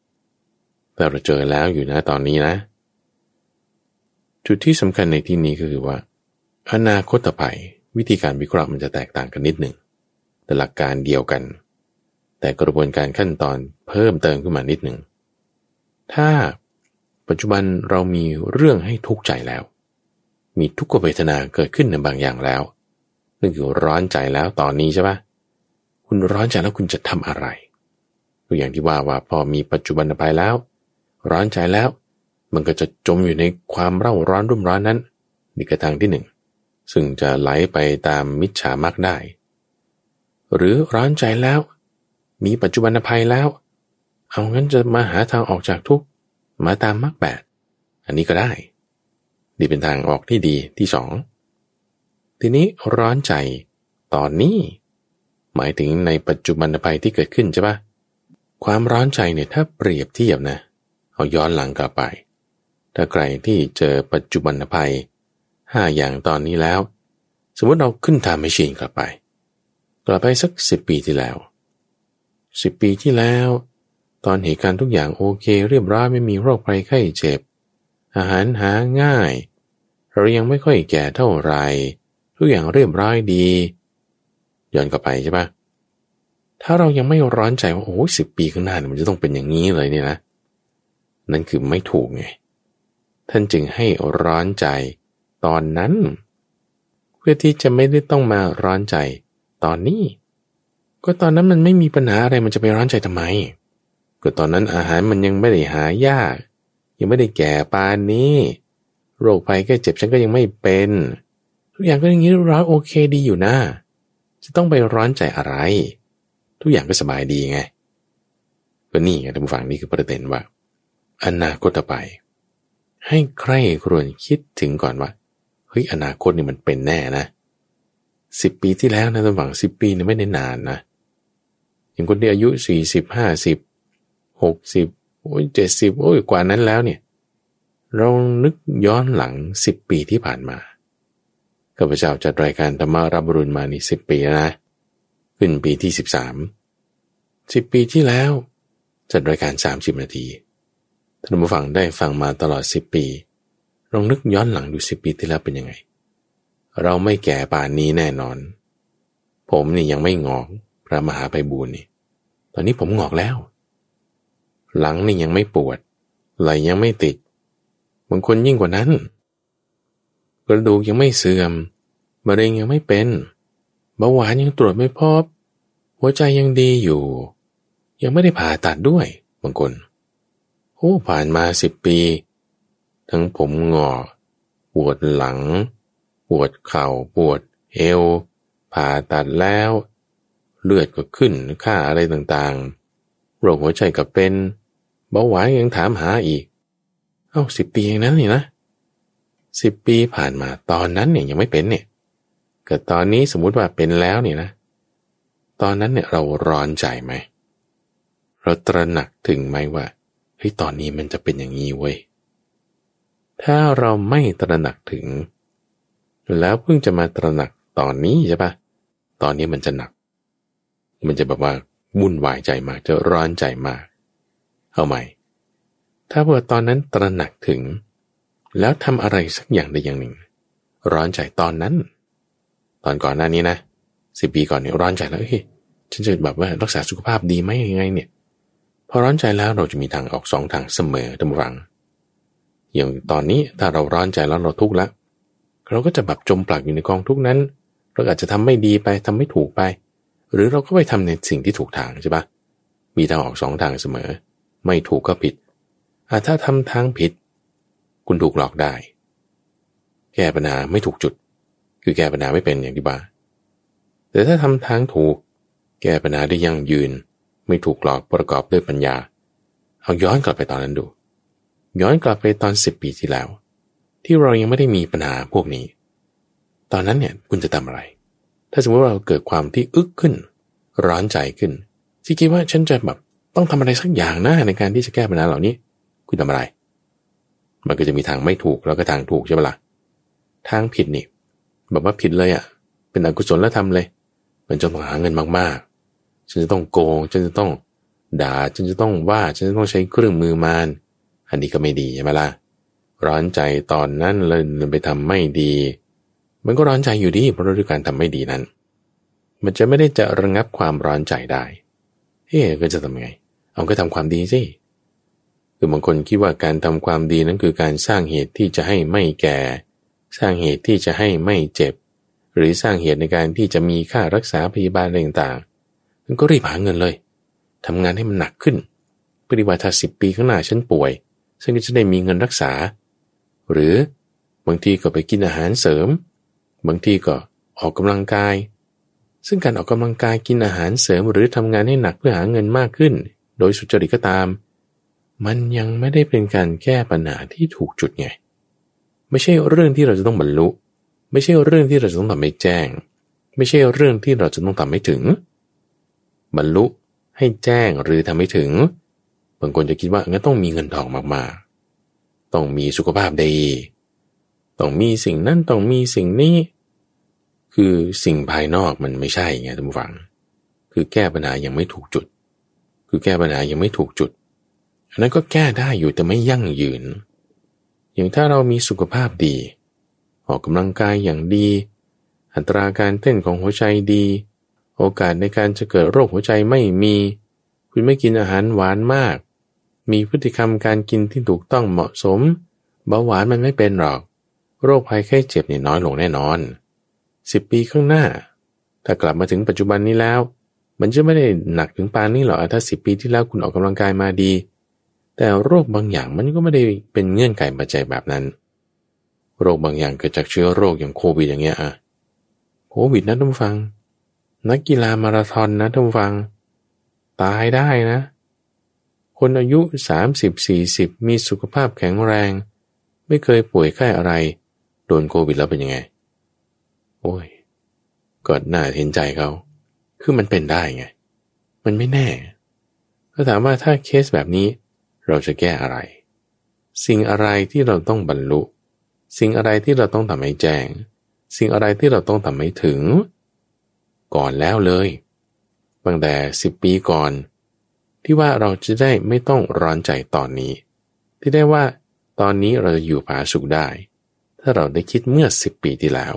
8แต่เราเจอแล้วอยู่นะตอนนี้นะจุดที่สำคัญในที่นี้ก็คือว่าอนาคตภัยวิธีการวิเคราะห์มันจะแตกต่างกันนิดหนึ่งแต่หลักการเดียวกันแต่กระบวนการขั้นตอนเพิ่มเติมขึ้นมานิดหนึ่งถ้าปัจจุบันเรามีเรื่องให้ทุกข์ใจแล้วมีทุกขเวทนาเกิดขึ้นในบางอย่างแล้วนั่นคือร้อนใจแล้วตอนนี้ใช่ปะคุณร้อนใจแล้วคุณจะทำอะไรตัวอย่างที่ว่าพอมีปัจจุบันภัยแล้วร้อนใจแล้วมันก็จะจมอยู่ในความเร่าร้อนรุ่มร้อนนั้นนี่คือทางที่1ซึ่งจะไหลไปตามมิจฉามรรคได้หรือร้อนใจแล้วมีปัจจุบันภัยแล้วเอางั้นจะมาหาทางออกจากทุกข์มาตามมรรค8อันนี้ก็ได้นี่เป็นทางออกที่ดีที่2ทีนี้ร้อนใจตอนนี้หมายถึงในปัจจุบันภัยที่เกิดขึ้นใช่ปะความร้อนใจเนี่ยถ้าเปรียบเทียบนะเอาย้อนหลังกลับไปถ้าใครที่เจอปัจจุบันภัย5อย่างตอนนี้แล้วสมมติเราขึ้นไทม์แมชชีนกลับไปกลับไปสัก10 ปีที่แล้ว10 ปีที่แล้วตอนเหตุการณ์ทุกอย่างโอเคเรียบร้อยไม่มีโรคภัยไข้เจ็บอาหารหาง่ายเรายังไม่ค่อยแก่เท่าไหร่ทุกอย่างเรียบร้อยดีย้อนกลับไปใช่ปะถ้าเรายังไม่ร้อนใจว่าโอ้10 ปีข้างหน้ามันจะต้องเป็นอย่างนี้เลยเนี่ยนะนั่นคือไม่ถูกไงท่านจึงให้ร้อนใจตอนนั้นเพื่อที่จะไม่ได้ต้องมาร้อนใจตอนนี้ก็ตอนนั้นมันไม่มีปัญหาอะไรมันจะไปร้อนใจทำไมก็ตอนนั้นอาหารมันยังไม่ได้หายากยังไม่ได้แก่ปานนี้โรคภัยแค่เจ็บฉันก็ยังไม่เป็นทุกอย่างก็อย่างนี้ร้อยโอเคดีอยู่นะจะต้องไปร้อนใจอะไรทุกอย่างก็สบายดีไงก็นี่ไงท่านผู้ฟังนี่คือประเด็นว่าอนาคตต่อไปให้ใคร่ครวญคิดถึงก่อนว่าเฮ้ยอนาคตนี่มันเป็นแน่นะ10 ปีที่แล้วนะท่านผู้ฟัง10 ปีนี่ไม่ได้นานนะอย่างคนที่อายุ40 50 60โอ้ย70โอ้ยกว่านั้นแล้วเนี่ยเรานึกย้อนหลัง10 ปีที่ผ่านมาข้าพเจ้าจัดรายการธรรมารับรุณมานี่10 ปีแล้วนะขึ้นปีที่13 10 ปีที่แล้วจัดรายการ30 นาทีท่านผู้ฟังได้ฟังมาตลอด10 ปีลองนึกย้อนหลังดู10 ปีที่แล้วเป็นยังไงเราไม่แก่ป่านนี้แน่นอนผมนี่ยังไม่งอกพระมหาไพบูลย์นี่ตอนนี้ผมงอกแล้วหลังนี่ยังไม่ปวดไหล่ยังไม่ติดบางคนยิ่งกว่านั้นกระดูกยังไม่เสื่อมมะเร็งยังไม่เป็นเบาหวานยังตรวจไม่พบหัวใจยังดีอยู่ยังไม่ได้ผ่าตัดด้วยบางคนโอ้ผ่านมา10 ปีทั้งผมงอกปวดหลังปวดเข่าปวดเอวผ่าตัดแล้วเลือดก็ขึ้นค่าอะไรต่างๆโรคหัวใจก็เป็นเบาหวานยังถามหาอีก10 ปีเองนั้นนี่นะ10 ปีผ่านมาตอนนั้นเนี่ยยังไม่เป็นเนี่ยเกิดตอนนี้สมมุติว่าเป็นแล้วเนี่ยนะตอนนั้นเนี่ยเราร้อนใจไหมเราตระหนักถึงไหมว่าเฮ้ยตอนนี้มันจะเป็นอย่างนี้เว้ยถ้าเราไม่ตระหนักถึงแล้วเพิ่งจะมาตระหนักตอนนี้ใช่ปะตอนนี้มันจะหนักมันจะแบบว่าวุ่นวายใจมากจะร้อนใจมากเอาใหม่ถ้าเมื่อตอนนั้นตระหนักถึงแล้วทำอะไรสักอย่างใดอย่างหนึ่งร้อนใจตอนนั้นตอนก่อนหน้านี้นะ10 ปีก่อนเนี่ยร้อนใจแล้วเฮ้ยฉันจะแบบว่ารักษาสุขภาพดีไหมยังไงเนี่ยพอร้อนใจแล้วเราจะมีทางออก2 ทางเสมอท่านผู้ฟังอย่างตอนนี้ถ้าเราร้อนใจแล้วเราทุกข์แล้วเราก็จะแบบจมปลักอยู่ในกองทุกข์นั้นเราอาจจะทำไม่ดีไปทำไม่ถูกไปหรือเราก็ไปทำในสิ่งที่ถูกทางใช่ปะมีทางออก2 ทางเสมอไม่ถูกก็ผิดถ้าทำทางผิดคุณถูกหลอกได้แก้ปัญหาไม่ถูกจุดคือแก้ปัญหาไม่เป็นอย่างที่ว่าแต่ถ้าทำทางถูกแก้ปัญหาได้ยั่งยืนไม่ถูกหลอกประกอบด้วยปัญญาเอาย้อนกลับไปตอนนั้นดูย้อนกลับไปตอน10 ปีที่แล้วที่เรายังไม่ได้มีปัญหาพวกนี้ตอนนั้นเนี่ยคุณจะทำอะไรถ้าสมมติว่าเราเกิดความที่อึกขึ้นร้อนใจขึ้นที่คิดว่าฉันจะแบบต้องทำอะไรสักอย่างนะในการที่จะแก้ปัญหาเหล่านี้คุณทำอะไรมันก็จะมีทางไม่ถูกแล้วก็ทางถูกใช่ไหมล่ะทางผิดนี่แบบว่าผิดเลยอ่ะเป็นอกุศลธรรมเลยมันจะต้องหาเงินมากๆฉันจะต้องโกงฉันจะต้องด่าฉันจะต้องว่าฉันจะต้องใช้เครื่องมือมารอันนี้ก็ไม่ดีใช่ไหมล่ะร้อนใจตอนนั้นเลยไปทำไม่ดีมันก็ร้อนใจอยู่ดีเพราะด้วยการทำไม่ดีนั้นมันจะไม่ได้จะระงับความร้อนใจได้ก็จะทำไงเอาก็ทำความดีสิคือบางคนคิดว่าการทำความดีนั้นคือการสร้างเหตุที่จะให้ไม่แก่สร้างเหตุที่จะให้ไม่เจ็บหรือสร้างเหตุในการที่จะมีค่ารักษาพยาบาลอะไรต่างๆมันก็รีบหาเงินเลยทำงานให้มันหนักขึ้นปฏิบัติถ้า10 ปีข้างหน้าฉันป่วยซึ่งจะได้มีเงินรักษาหรือบางทีก็ไปกินอาหารเสริมบางทีก็ออกกำลังกายซึ่งการออกกำลังกายกินอาหารเสริมหรือทำงานให้หนักเพื่อหาเงินมากขึ้นโดยสุจริตก็ตามมันยังไม่ได้เป็นการแก้ปัญหาที่ถูกจุดไงไม่ใช่เรื่องที่เราจะต้องบรรลุไม่ใช่เรื่องที่เราจะต้องทำให้แจ้งไม่ใช่เรื่องที่เราจะต้องทำให้ถึงบรรลุให้แจ้งหรือทำให้ถึงบางคนจะคิดว่างั้นต้องมีเงินทองมากๆต้องมีสุขภาพดีต้องมีสิ่งนั้นต้องมีสิ่งนี้คือสิ่งภายนอกมันไม่ใช่ไงท่านผู้ฟังคือแก้ปัญหายังไม่ถูกจุดคือแก้ปัญหายังไม่ถูกจุดอันนั้นก็แก้ได้อยู่แต่ไม่ยั่งยืนอย่างถ้าเรามีสุขภาพดีออกกำลังกายอย่างดีอัตราการเต้นของหัวใจดีโอกาสในการจะเกิดโรคหัวใจไม่มีคุณไม่กินอาหารหวานมากมีพฤติกรรมการกินที่ถูกต้องเหมาะสมเบาหวานมันไม่เป็นหรอกโรคภัยไข้เจ็บเนี่ยน้อยลงแน่นอน10 ปีข้างหน้าถ้ากลับมาถึงปัจจุบันนี้แล้วมันจะไม่ได้หนักถึงปานนี้หรอกถ้า10 ปีที่แล้วคุณออกกำลังกายมาดีแต่โรคบางอย่างมันก็ไม่ได้เป็นเงื่อนไขปัจจัยแบบนั้นโรคบางอย่างเกิดจากเชื้อโรคอย่างโควิดอย่างเงี้ยโควิดนะท่านผู้ฟังนักกีฬามาราธอนนะท่านผู้ฟังตายได้นะคนอายุ30-40มีสุขภาพแข็งแรงไม่เคยป่วยไข้อะไรโดนโควิดแล้วเป็นยังไงโอ้ยก็น่าเห็นใจเขาคือมันเป็นได้ไงมันไม่แน่ถ้าถามว่าถ้าเคสแบบนี้เราจะแก้อะไรสิ่งอะไรที่เราต้องบรรลุสิ่งอะไรที่เราต้องทำให้แจ้งสิ่งอะไรที่เราต้องทำให้ถึงก่อนแล้วเลยตั้งแต่10 ปีก่อนที่ว่าเราจะได้ไม่ต้องร้อนใจตอนนี้ที่ได้ว่าตอนนี้เราจะอยู่ผาสุกได้ถ้าเราได้คิดเมื่อ10 ปีที่แล้ว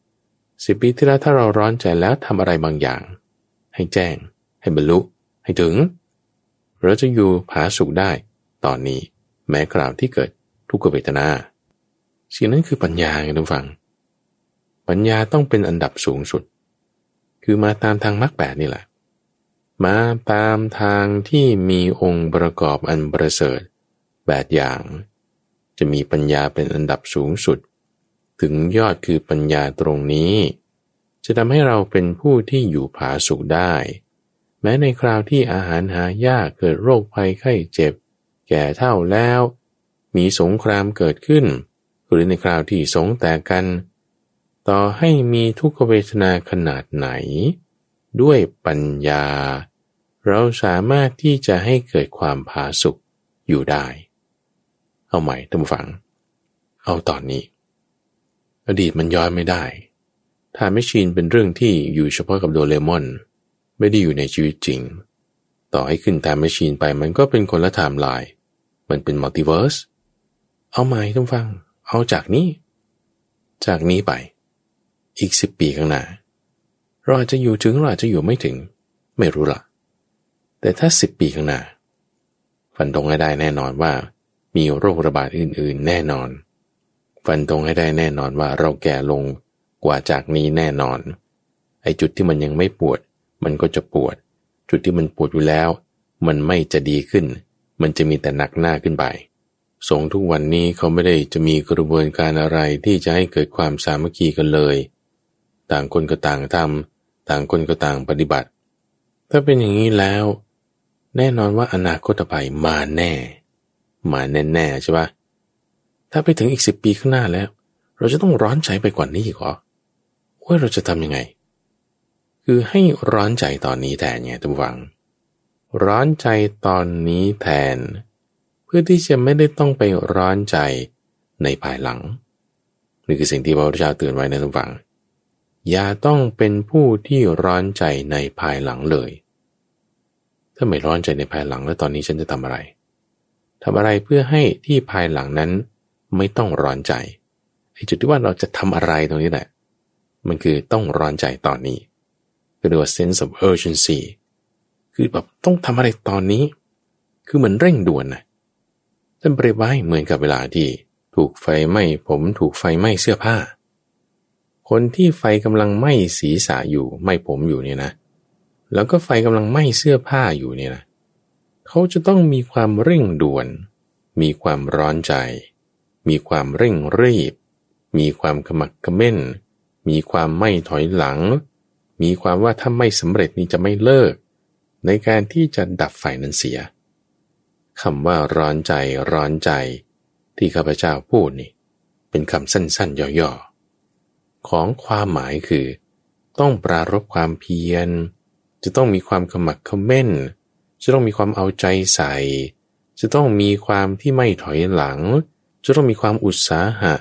10 ปีที่แล้วถ้าเราร้อนใจแล้วทำอะไรบางอย่างให้แจ้งให้บรรลุให้ถึงเราจะอยู่ผาสุกได้ตอนนี้แม้คราวที่เกิดทุกขเวทนาสิ่งนั้นคือปัญญาไงทุกฝังปัญญาต้องเป็นอันดับสูงสุดคือมาตามทางมรรคแปดนี่แหละมาตามทางที่มีองค์ประกอบอันประเสริฐ8 อย่างจะมีปัญญาเป็นอันดับสูงสุดถึงยอดคือปัญญาตรงนี้จะทำให้เราเป็นผู้ที่อยู่ผาสุกได้แม้ในคราวที่อาหารหายากเกิดโรคภัยไข้เจ็บแก่เฒ่าแล้วมีสงครามเกิดขึ้นหรือในคราวที่สงแตกกันต่อให้มีทุกขเวทนาขนาดไหนด้วยปัญญาเราสามารถที่จะให้เกิดความผาสุกอยู่ได้เอาใหม่ท่านผู้ฟังเอาตอนนี้อดีตมันย้อนไม่ได้ถ้าแมชชีนเป็นเรื่องที่อยู่เฉพาะกับโดเรมอนไม่ได้อยู่ในชีวิตจริงต่อให้ขึ้นตามแมชชีนไปมันก็เป็นคนละไทม์ไลน์มันเป็นมัลติเวิร์สเอาใหม่ท่านผู้ฟังเอาจากนี้ไปอีก10 ปีข้างหน้าเราอาจจะอยู่ถึงเราอาจจะอยู่ไม่ถึงไม่รู้ละแต่ถ้า10 ปีข้างหน้าฟันธงให้ได้แน่นอนว่ามีโรคระบาดอื่นๆแน่นอนฟันธงให้ได้แน่นอนว่าเราแก่ลงกว่าจากนี้แน่นอนไอ้จุดที่มันยังไม่ปวดมันก็จะปวดจุดที่มันปวดอยู่แล้วมันไม่จะดีขึ้นมันจะมีแต่หนักหน้าขึ้นไปสงฆ์ทุกวันนี้เขาไม่ได้จะมีกระบวนการอะไรที่จะให้เกิดความสามัคคีกันเลยต่างคนก็ต่างทำต่างคนก็ต่างปฏิบัติถ้าเป็นอย่างนี้แล้วแน่นอนว่าอนาคตภัยมาแน่ใช่ปะถ้าไปถึงอีก10 ปีข้างหน้าแล้วเราจะต้องร้อนใจไปกว่านี้อีกเหรอว่าเราจะทำยังไงคือให้ร้อนใจตอนนี้แทนไงท่านผู้ฟังร้อนใจตอนนี้แทนเพื่อที่จะไม่ได้ต้องไปร้อนใจในภายหลังนี่คือสิ่งที่พระพุทธเจ้าเตือนไว้นะท่านผู้ฟังอย่าต้องเป็นผู้ที่ร้อนใจในภายหลังเลยถ้าไม่ร้อนใจในภายหลังแล้วตอนนี้ฉันจะทำอะไรเพื่อให้ที่ภายหลังนั้นไม่ต้องร้อนใจไอ้จุดที่ว่าเราจะทำอะไรตรงนี้แหละมันคือต้องร้อนใจตอนนี้เรียกว่า sense of urgency คือแบบต้องทำอะไรตอนนี้คือเหมือนเร่งด่วนนะท่านเปรียบไว้เหมือนกับเวลาที่ถูกไฟไหม้ผมถูกไฟไหม้เสื้อผ้าคนที่ไฟกำลังไหม้ศีรษะอยู่ไหม้ผมอยู่เนี่ยนะแล้วก็ไฟกำลังไหม้เสื้อผ้าอยู่เนี่ยนะเขาจะต้องมีความเร่งด่วนมีความร้อนใจมีความเร่งรีบมีความขมักเขม้นมีความไม่ถอยหลังมีความว่าถ้าไม่สำเร็จนี้จะไม่เลิกในการที่จะดับไฟนั้นเสียคำว่าร้อนใจที่ข้าพเจ้าพูดนี่เป็นคำสั้นๆย่อๆของความหมายคือต้องปรารภความเพียรจะต้องมีความขมักเขม้นจะต้องมีความเอาใจใส่จะต้องมีความที่ไม่ถอยหลังจะต้องมีความอุตสาหะ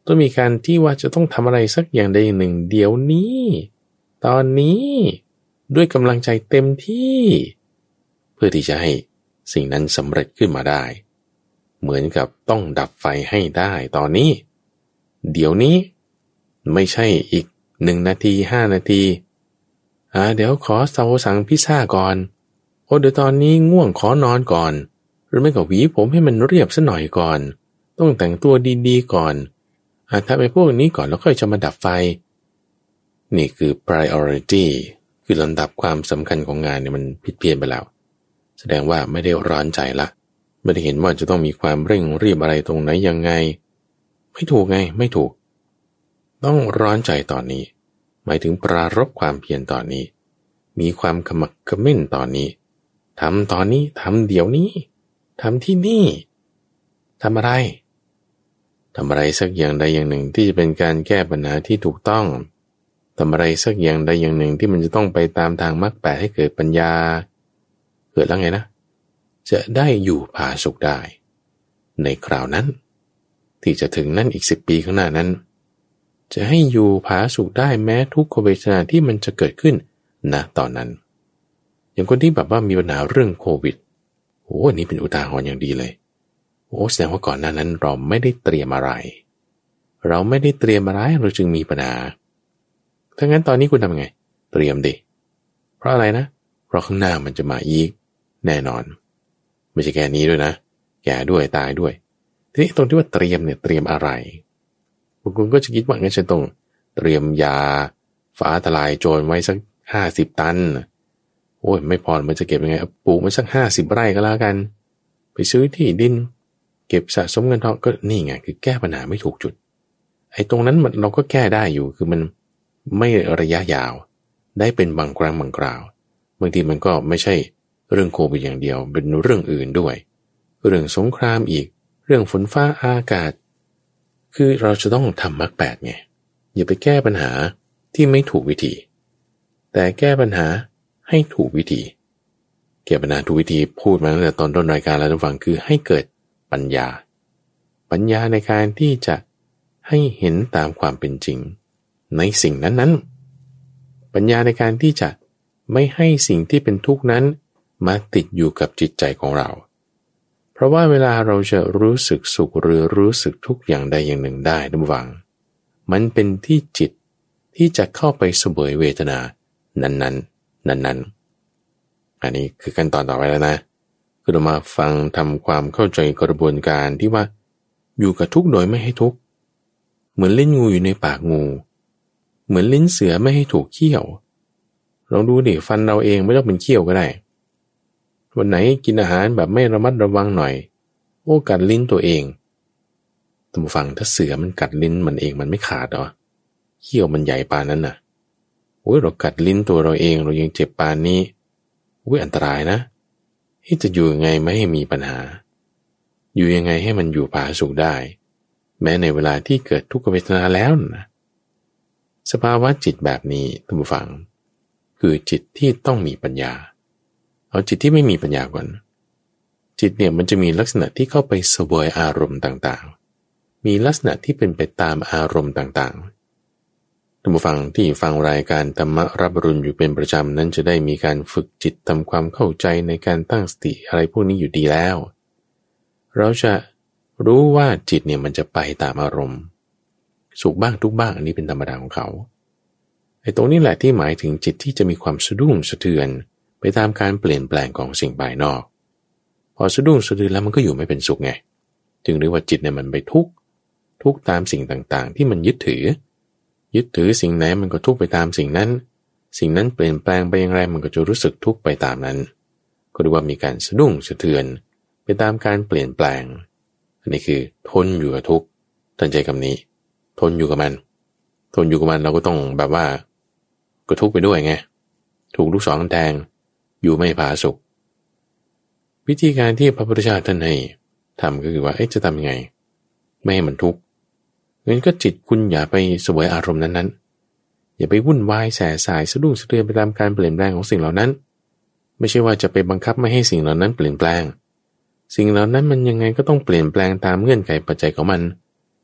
ต้องมีการที่ว่าจะต้องทำอะไรสักอย่างใดอย่างหนึ่งเดี๋ยวนี้ตอนนี้ด้วยกำลังใจเต็มที่เพื่อที่จะให้สิ่งนั้นสำเร็จขึ้นมาได้เหมือนกับต้องดับไฟให้ได้ตอนนี้เดี๋ยวนี้ไม่ใช่อีก1 นาที5 นาทีเดี๋ยวขอสั่งพิซซ่าก่อนเดี๋ยวตอนนี้ง่วงขอนอนก่อนหรือไม่ก็หวีผมให้มันเรียบซะหน่อยก่อนต้องแต่งตัวดีๆก่อนทำไปพวกนี้ก่อนแล้วค่อยจะมาดับไฟนี่คือ priority คือลำดับความสำคัญของงานเนี่ยมันผิดเพี้ยนไปแล้วแสดงว่าไม่ได้ร้อนใจละไม่ได้เห็นว่าจะต้องมีความเร่งรีบอะไรตรงไหนยังไงไม่ถูกไงไม่ถูกต้องร้อนใจตอนนี้หมายถึงปรารภความเพียรตอนนี้มีความขมักเขม้นตอนนี้ทำตอนนี้ทำเดี๋ยวนี้ทำที่นี่ทำอะไรสักอย่างใดอย่างหนึ่งที่จะเป็นการแก้ปัญหาที่ถูกต้องทำอะไรสักอย่างใดอย่างหนึ่งที่มันจะต้องไปตามทางมรรคแปดให้เกิดปัญญาเกิดแล้วไงนะจะได้อยู่ผาสุกได้ในคราวนั้นที่จะถึงนั่นอีก10 ปีข้างหน้านั้นจะให้อยู่ผาสุกได้แม้ทุกขเวทนาที่มันจะเกิดขึ้นณตอนนั้นอย่างคนที่แบบว่ามีปัญหาเรื่องโควิดอันนี้เป็นอุทาหรณ์อย่างดีเลยแสดงว่าก่อนหน้านั้นเราไม่ได้เตรียมอะไรเราจึงมีปัญหาถ้างั้นตอนนี้คุณทำไงเตรียมดิเพราะอะไรนะเพราะข้างหน้ามันจะมาอีกแน่นอนไม่ใช่แค่นี้ด้วยนะแก่ด้วยตายด้วยทีนี้ตรงที่ว่าเตรียมเนี่ยเตรียมอะไรบางคนก็จะคิดว่างั้นฉันต้องเตรียมยาฟ้าทลายโจรไว้สัก50 ตันไม่พอมันจะเก็บยังไงปลูกมันสัก50 ไร่ก็แล้วกันไปซื้อที่ดินเก็บสะสมเงินทองก็นี่ไงคือแก้ปัญหาไม่ถูกจุดไอ้ตรงนั้นเราก็แก้ได้อยู่คือมันไม่ระยะยาวได้เป็นบางครั้งบางคราวบางทีมันก็ไม่ใช่เรื่องโควิดอย่างเดียวเป็นเรื่องอื่นด้วยเรื่องสงครามอีกเรื่องฝนฟ้าอากาศคือเราจะต้องทำมรรคแปดไงอย่าไปแก้ปัญหาที่ไม่ถูกวิธีแต่แก้ปัญหาให้ถูกวิธีแก้ปัญหาถูกวิธีพูดมาตั้งแต่ตอนต้นรายการแล้วทุกฝั่งคือให้เกิดปัญญาในการที่จะให้เห็นตามความเป็นจริงในสิ่งนั้นปัญญาในการที่จะไม่ให้สิ่งที่เป็นทุกข์นั้นมาติดอยู่กับจิตใจของเราเพราะว่าเวลาเราจะรู้สึกสุขหรือรู้สึกทุกข์อย่างใดอย่างหนึ่งได้ทุกฝั่งมันเป็นที่จิตที่จะเข้าไปเสวยเวทนานั้นอันนี้คือขั้นตอนต่อไปแล้วนะคือเรามาฟังทำความเข้าใจกระบวนการที่ว่าอยู่กับทุกข์โดยไม่ให้ทุกข์เหมือนลิ้นงูอยู่ในปากงูเหมือนลิ้นเสือไม่ให้ถูกเคี่ยวลองดูดิฟันเราเองไม่ต้องเป็นเคี่ยวก็ได้วันไหนกินอาหารแบบไม่ระมัดระวังหน่อยกัดลิ้นตัวเองท่านผู้ฟังถ้าเสือมันกัดลิ้นมันเองมันไม่ขาดหรอเขี้ยวมันใหญ่ปานนั้นน่ะเรากัดลิ้นตัวเราเองเรายังเจ็บปานนี้อันตรายนะจะอยู่ยังไงไม่ให้มีปัญหาอยู่ยังไงให้มันอยู่ผาสุกได้แม้ในเวลาที่เกิดทุกขเวทนาแล้วนะสภาวะจิตแบบนี้ท่านผู้ฟังคือจิตที่ต้องมีปัญญาเอาจิตที่ไม่มีปัญญาก่อนจิตเนี่ยมันจะมีลักษณะที่เข้าไปเสวยอารมณ์ต่างๆมีลักษณะที่เป็นไปตามอารมณ์ต่างๆท่านผู้ฟังที่ฟังรายการธรรมรับอรุณอยู่เป็นประจำนั้นจะได้มีการฝึกจิตทำความเข้าใจในการตั้งสติอะไรพวกนี้อยู่ดีแล้วเราจะรู้ว่าจิตเนี่ยมันจะไปตามอารมณ์สุขบ้างทุกบ้างอันนี้เป็นธรรมดาของเขาตรงนี้แหละที่หมายถึงจิตที่จะมีความสะดุ้งสะเทือนไปตามการเปลี่ยนแปลงของสิ่งภายนอกพอสะดุ้งสะเทือนแล้วมันก็อยู่ไม่เป็นสุขไงจึงเรียกว่าจิตเนี่ยมันไปทุกข์ตามสิ่งต่างๆที่มันยึดถือสิ่งไหนมันก็ทุกข์ไปตามสิ่งนั้นเปลี่ยนแปลงไปอย่างไรมันก็จะรู้สึกทุกข์ไปตามนั้นก็เรียกว่ามีการสะดุ้งสะเทือนไปตามการเปลี่ยนแปลงอันนี้คือทนอยู่กับทุกข์ตั้งใจคำนี้ทนอยู่กับมันเราก็ต้องแบบว่าก็ทุกข์ไปด้วยไงถูกลูกศรแทงอยู่ไม่ผาสุกวิธีการที่พระพุทธเจ้าท่านให้ทำก็คือว่าจะทำยังไงไม่ให้มันทุกข์งั้นก็จิตคุณอย่าไปเสวยอารมณ์นั้นๆอย่าไปวุ่นวายแสสายสะดุ้งสะเทือนไปตามการเปลี่ยนแปลงของสิ่งเหล่านั้นไม่ใช่ว่าจะไปบังคับไม่ให้สิ่งเหล่านั้นเปลี่ยนแปลงสิ่งเหล่านั้นมันยังไงก็ต้องเปลี่ยนแปลงตามเงื่อนไขปัจจัยของมัน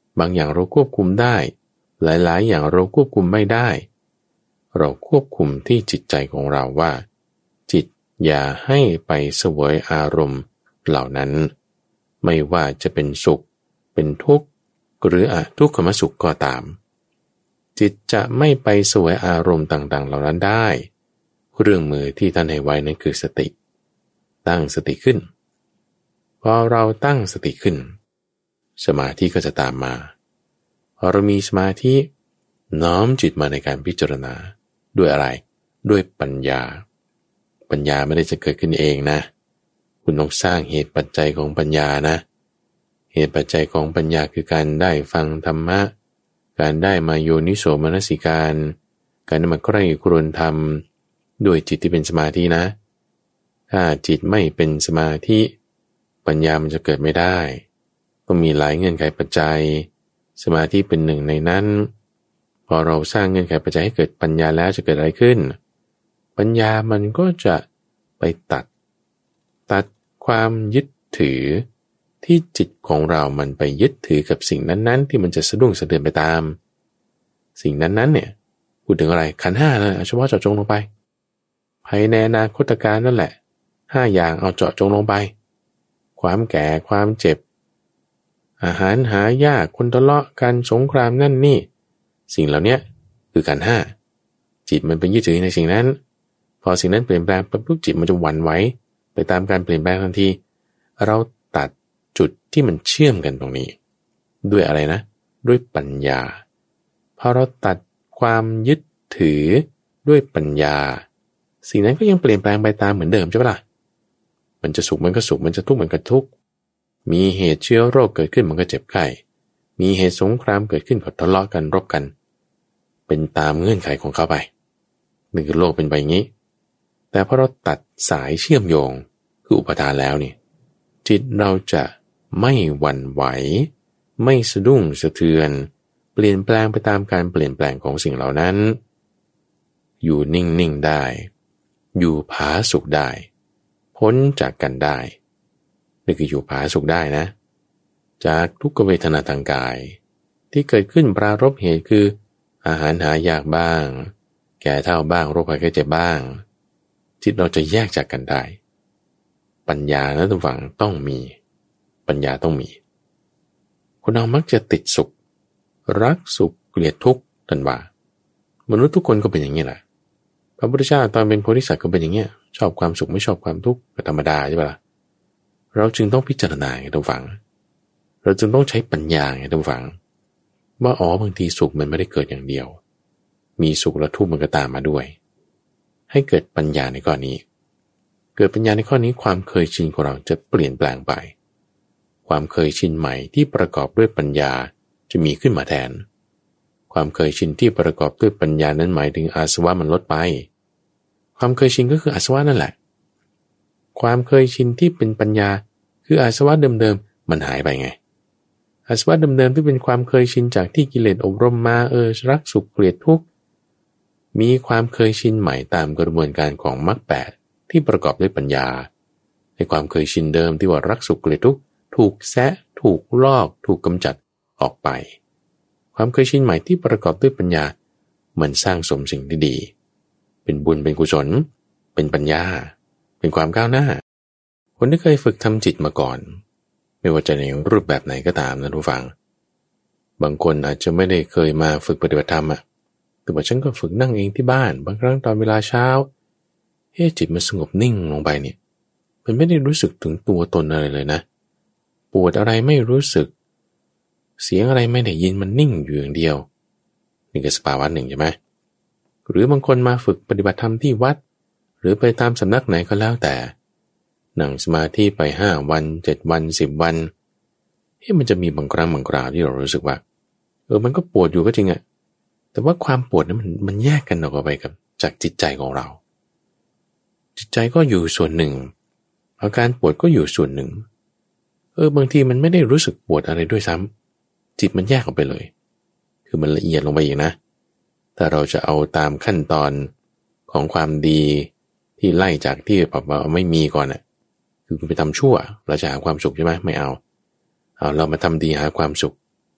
บางอย่างเราควบคุมได้หลายๆอย่างเราควบคุมไม่ได้เราควบคุมที่จิตใจของเราว่าจิตอย่าให้ไปเสวยอารมณ์เหล่านั้นไม่ว่าจะเป็นสุขเป็นทุกข์หรือทุกขมสุขก็ตามจิตจะไม่ไปเสวยอารมณ์ต่างๆเหล่านั้นได้เรื่องมือที่ท่านให้ไว้นั่นคือสติตั้งสติขึ้นพอเราตั้งสติขึ้นสมาธิก็จะตามมาพอเรามีสมาธิน้อมจิตมาในการพิจารณาด้วยอะไรด้วยปัญญาปัญญาไม่ได้จะเกิดขึ้นเองนะคุณต้องสร้างเหตุปัจจัยของปัญญานะเหตุปัจจัยของปัญญาคือการได้ฟังธรรมะการได้มาโยนิโสมนสิการการได้มาใกล้ครวนธรรมด้วยจิตที่เป็นสมาธินะถ้าจิตไม่เป็นสมาธิปัญญามันจะเกิดไม่ได้ต้องมีหลายเงื่อนไขปัจจัยสมาธิเป็นหนึ่งในนั้นพอเราสร้างเงื่อนไขปัจจัยให้เกิดปัญญาแล้วจะเกิดอะไรขึ้นปัญญามันก็จะไปตัดความยึดถือที่จิตของเรามันไปยึดถือกับสิ่งนั้นๆที่มันจะสะดุ้งสะเทือนไปตามสิ่งนั้นๆเนี่ยพูดถึงอะไรขันธ์ห้านั่นเฉพาะเจาะจงลงไปภายในอนาคตการนั่นแหละ5อย่างเอาเจาะจงลงไปความแก่ความเจ็บอาหารหายากคนทะเลาะกันสงครามนั่นนี่สิ่งเหล่านี้คือขันธ์ห้าจิตมันไปยึดถือในสิ่งนั้นพอสิ่งนั้นเปลี่ยนแปลงปุ๊บจิตมันจะหวั่นไหวไปตามการเปลี่ยนแปลงทันทีเราตัดจุดที่มันเชื่อมกันตรงนี้ด้วยอะไรนะด้วยปัญญาพอเราตัดความยึดถือด้วยปัญญาสิ่งนั้นก็ยังเปลี่ยนแปลงไปตามเหมือนเดิมใช่ปะล่ะมันจะสุขมันก็สุขมันจะทุกข์มันก็ทุกข์มีเหตุเชื้อโรคเกิดขึ้นมันก็เจ็บไข้มีเหตุสงครามเกิดขึ้นก็ทะเลาะกันรบกันเป็นตามเงื่อนไขของเขาไปนี่คือโลกเป็นไปอย่างนี้แต่พอเราตัดสายเชื่อมโยงคืออุปทานแล้วนี่จิตเราจะไม่หวั่นไหวไม่สะดุ้งสะเทือนเปลี่ยนแปลงไปตามการเปลี่ยนแปลงของสิ่งเหล่านั้นอยู่นิ่งๆได้อยู่ผาสุกได้พ้นจากกันได้นี่คืออยู่ผาสุกได้นะจากทุกขเวทนาทางกายที่เกิดขึ้นปรารภเหตุคืออาหารหายากบ้างแก่เฒ่าบ้างโรคภัยไข้เจ็บบ้างจิตเราจะแยกจากกันได้ปัญญานะทุกฝั่งต้องมีปัญญาต้องมีคนเรามักจะติดสุขรักสุขเกลียดทุกข์ท่านว่ามนุษย์ทุกคนก็เป็นอย่างนี้แหละพระพุทธเจ้าตอนเป็นโพธิสัตว์ก็เป็นอย่างเงี้ยชอบความสุขไม่ชอบความทุกข์ก็ธรรมดาใช่ปะล่ะเราจึงต้องพิจารณาไงทุกฝั่งเราจึงต้องใช้ปัญญาไงทุกฝั่งว่าบางทีสุขมันไม่ได้เกิดอย่างเดียวมีสุขและทุกข์มันก็ตามมาด้วยให้เกิดปัญญาในข้อนี้เกิดปัญญาในข้อนี้ความเคยชินของเราจะเปลี่ยนแปลงไปความเคยชินใหม่ที่ประกอบด้วยปัญญาจะมีขึ้นมาแทนความเคยชินที่ประกอบด้วยปัญญานั้นหมายถึงอาสวะมันลดไปความเคยชินก็คืออาสวะนั่นแหละความเคยชินที่เป็นปัญญาคืออาสวะเดิมๆมันหายไปไงอาสวะเดิมๆที่เป็นความเคยชินจากที่กิเลสอบรมมารักสุขเกลียดทุกข์มีความเคยชินใหม่ตามกระบวนการของมรรคแปดที่ประกอบด้วยปัญญาในความเคยชินเดิมที่ว่ารักสุขเกลียดทุกข์ถูกแซะถูกลอกถูกกำจัดออกไปความเคยชินใหม่ที่ประกอบด้วยปัญญามันสร้างสมสิ่งที่ดีเป็นบุญเป็นกุศลเป็นปัญญาเป็นความก้าวหน้าคนที่เคยฝึกทำจิตมาก่อนไม่ว่าจะในรูปแบบไหนก็ตามนะทุกฝังบางคนอาจจะไม่ได้เคยมาฝึกปฏิบัติธรรมแต่ว่าฉันก็ฝึกนั่งเองที่บ้านบางครั้งตอนเวลาเช้าจิตมันสงบนิ่งลงไปเนี่ยมันไม่ได้รู้สึกถึงตัวตนอะไรเลยนะปวดอะไรไม่รู้สึกเสียงอะไรไม่ได้ยินมันนิ่งอยู่อย่างเดียวนี่คือสภาวะหนึ่งใช่ไหมหรือบางคนมาฝึกปฏิบัติธรรมที่วัดหรือไปตามสำนักไหนก็แล้วแต่นั่งสมาธิไป5 วัน7 วัน10 วันมันจะมีบางครั้งบางคราวที่เรารู้สึกว่ามันก็ปวดอยู่ก็จริงอะแต่ว่าความปวดนั้นมันแยกกันออกไปกับจากจิตใจของเราจิตใจก็อยู่ส่วนหนึ่งอาการปวดก็อยู่ส่วนหนึ่งบางทีมันไม่ได้รู้สึกปวดอะไรด้วยซ้ำจิตมันแยกออกไปเลยคือมันละเอียดลงไปอีกนะถ้าเราจะเอาตามขั้นตอนของความดีที่ไล่จากที่แบบว่าไม่มีก่อนคือคุณไปทำชั่วเราจะหาความสุขใช่ไหมไม่เอาเรามาทำดีหาความสุข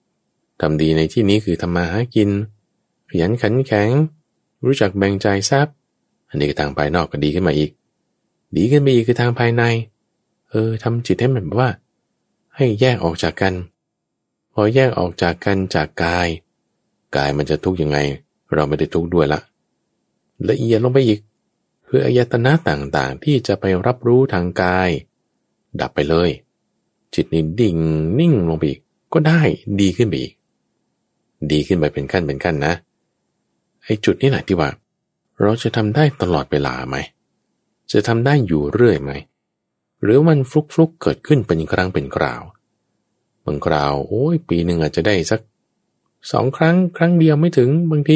ทำดีในที่นี้คือทำมาหากินขยันขันแข็งรู้จักแบ่งใจทรัพย์อันนี้ก็ทางภายนอกก็ดีขึ้นมาอีกดีขึ้นไปอีกคือทางภายในทำจิตให้มันแบบว่าให้แยกออกจากกันพอแยกออกจากกันจากกายมันจะทุกข์ยังไงเราไม่ได้ทุกข์ด้วยละละเอียดลงไปอีกคืออายตนะต่างๆที่จะไปรับรู้ทางกายดับไปเลยจิตนี้ดิ่งนิ่งลงไปอีกก็ได้ดีขึ้นไปอีกดีขึ้นไปเป็นขั้นเป็นขั้นนะไอ้จุดนี้แหละที่ว่าเราจะทำได้ตลอดเวลาไหมจะทำได้อยู่เรื่อยไหมหรือมันฟลุกเกิดขึ้นเป็นครั้งเป็นคราวบางคราวปีหนึ่งอาจจะได้สัก2 ครั้งเดียวไม่ถึงบางที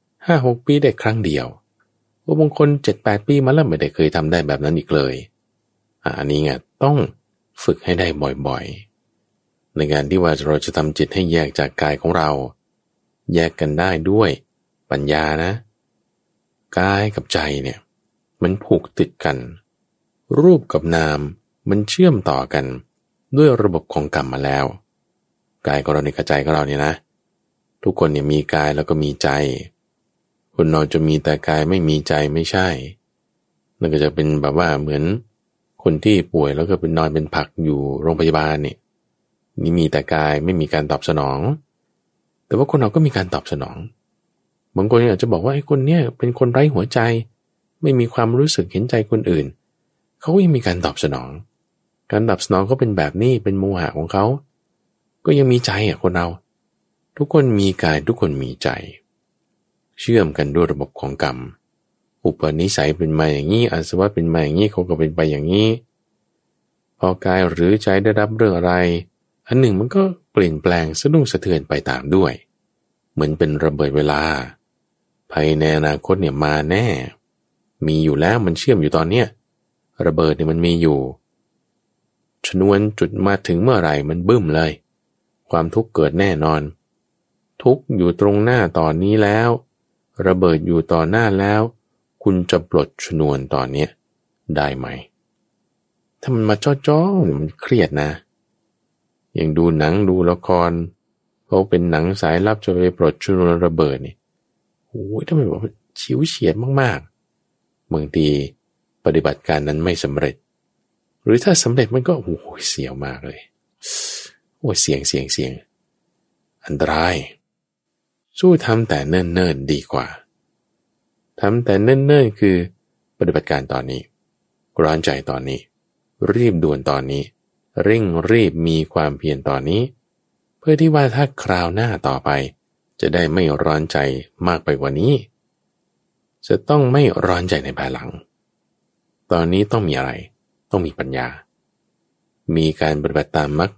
5-6 ปีได้ครั้งเดียวบางคน7-8 ปีมาแล้วไม่ได้เคยทำได้แบบนั้นอีกเลยอันนี้ไงต้องฝึกให้ได้บ่อยๆในการที่ว่าเราจะทำจิตให้แยกจากกายของเราแยกกันได้ด้วยปัญญานะกายกับใจเนี่ยมันผูกติดกันรูปกับนามมันเชื่อมต่อกันด้วยระบบของกรรมมาแล้วกายของเราในกระใจของเราเนี่ยนะทุกคนเนี่ยมีกายแล้วก็มีใจคนเราจะมีแต่กายไม่มีใจไม่ใช่นั่นก็จะเป็นแบบว่าเหมือนคนที่ป่วยแล้วก็เป็นนอนเป็นผักอยู่โรงพยาบาลเนี่ยนี่มีแต่กายไม่มีการตอบสนองแต่ว่าคนเราก็มีการตอบสนองบางคนอาจจะบอกว่าไอ้คนเนี้ยเป็นคนไร้หัวใจไม่มีความรู้สึกเห็นใจคนอื่นเขาก็ยังมีการตอบสนองการตอบสนองก็เป็นแบบนี้เป็นโมหะของเขาก็ยังมีใจคนเราทุกคนมีกายทุกคนมีใจเชื่อมกันด้วยระบบของกรรมอุปนิสัยเป็นมาอย่างนี้อาสวะเป็นมาอย่างนี้เขาก็เป็นไปอย่างนี้พอกายหรือใจได้รับเรื่องอะไรอันหนึ่งมันก็เปลี่ยนแปลงสะดุ้งสะเทือนไปตามด้วยเหมือนเป็นระเบิดเวลาภายในอนาคตเนี่ยมาแน่มีอยู่แล้วมันเชื่อมอยู่ตอนเนี้ยระเบิดเนี่ยมันมีอยู่ชนวนจุดมาถึงเมื่อไหร่มันบึ้มเลยความทุกข์เกิดแน่นอนทุกข์อยู่ตรงหน้าตอนนี้แล้วระเบิดอยู่ต่อหน้าแล้วคุณจะปลดชนวนตอนนี้ได้ไหมถ้ามันมาจ้อมันเครียดนะอย่างดูหนังดูละครเขาเป็นหนังสายลับจะไปปลดชนวนระเบิดนี่ถ้ามันบอกชิวเฉียดมากๆบางทีปฏิบัติการนั้นไม่สำเร็จหรือถ้าสำเร็จมันก็เสียวมากเลยเสียงอันตรายสู้ทำแต่เนิ่นๆดีกว่าทำแต่เนิ่นๆคือปฏิบัติการตอนนี้ร้อนใจตอนนี้รีบด่วนตอนนี้เร่งรีบมีความเพียรตอนนี้เพื่อที่ว่าถ้าคราวหน้าต่อไปจะได้ไม่ร้อนใจมากไปกว่านี้จะต้องไม่ร้อนใจในภายหลังตอนนี้ต้องมีอะไรต้องมีปัญญามีการปฏิบัติตามมรรค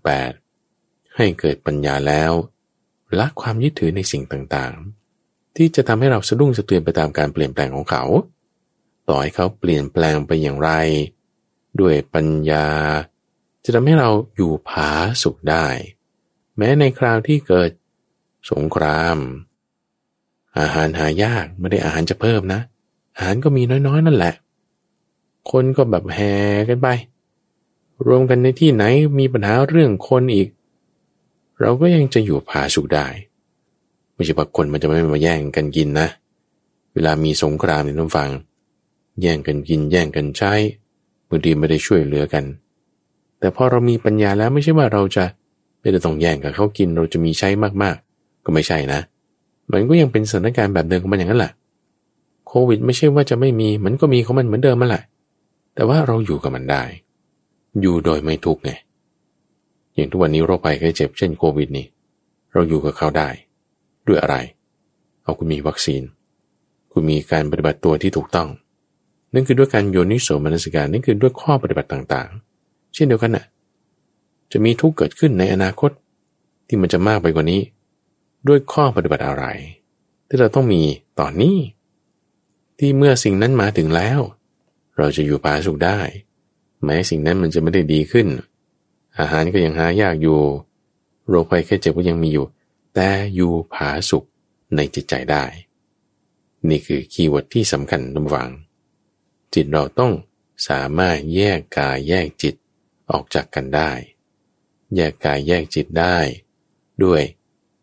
8ให้เกิดปัญญาแล้วละความยึดถือในสิ่งต่างๆที่จะทำให้เราสะดุ้งสะเทือนไปตามการเปลี่ยนแปลงของเขาต่อให้เขาเปลี่ยนแปลงไปอย่างไรด้วยปัญญาจะทำให้เราอยู่ผาสุขได้แม้ในคราวที่เกิดสงครามอาหารหายากไม่ได้อาหารจะเพิ่มนะอาหารก็มีน้อยๆนั่นแหละคนก็แบบแห่กันไปรวมกันในที่ไหนมีปัญหาเรื่องคนอีกเราก็ยังจะอยู่ผาสุกได้ไม่ใช่ว่าคนมันจะไม่มาแย่งกันกินนะเวลามีสงครามในท่านฟังแย่งกันกินแย่งกันใช้บางทีไม่ได้ช่วยเหลือกันแต่พอเรามีปัญญาแล้วไม่ใช่ว่าเราจะไม่ได้ต้องแย่งกับเขากินเราจะมีใช้มากๆก็ไม่ใช่นะมันก็ยังเป็นสถานการณ์แบบเดิมของมันอย่างนั้นแหละโควิดไม่ใช่ว่าจะไม่มีมันก็มีของมันเหมือนเดิมมาแหละแต่ว่าเราอยู่กับมันได้อยู่โดยไม่ทุกข์ไงอย่างทุกวันนี้โรคภัยไข้เจ็บเช่นโควิดนี่เราอยู่กับเขาได้ด้วยอะไรเอาคุณมีวัคซีนคุณมีการปฏิบัติตัวที่ถูกต้องนั่นคือด้วยการโยนิโสมนสิการนั่นคือด้วยข้อปฏิบัติต่างๆเช่นเดียวกันน่ะจะมีทุกข์เกิดขึ้นในอนาคตที่มันจะมากไปกว่านี้ด้วยข้อปฏิบัติอะไรที่เราต้องมีตอนนี้ที่เมื่อสิ่งนั้นมาถึงแล้วเราจะอยู่ผาสุกได้แม้สิ่งนั้นมันจะไม่ได้ดีขึ้นอาหารก็ยังหายากอยู่โรคภัยแค่เจ็บก็ยังมีอยู่แต่อยู่ผาสุกในจิตใจได้นี่คือคีย์เวิร์ดที่สำคัญระวังจิตเราต้องสามารถแยกกายแยกจิตออกจากกันได้แยกกายแยกจิตได้ด้วย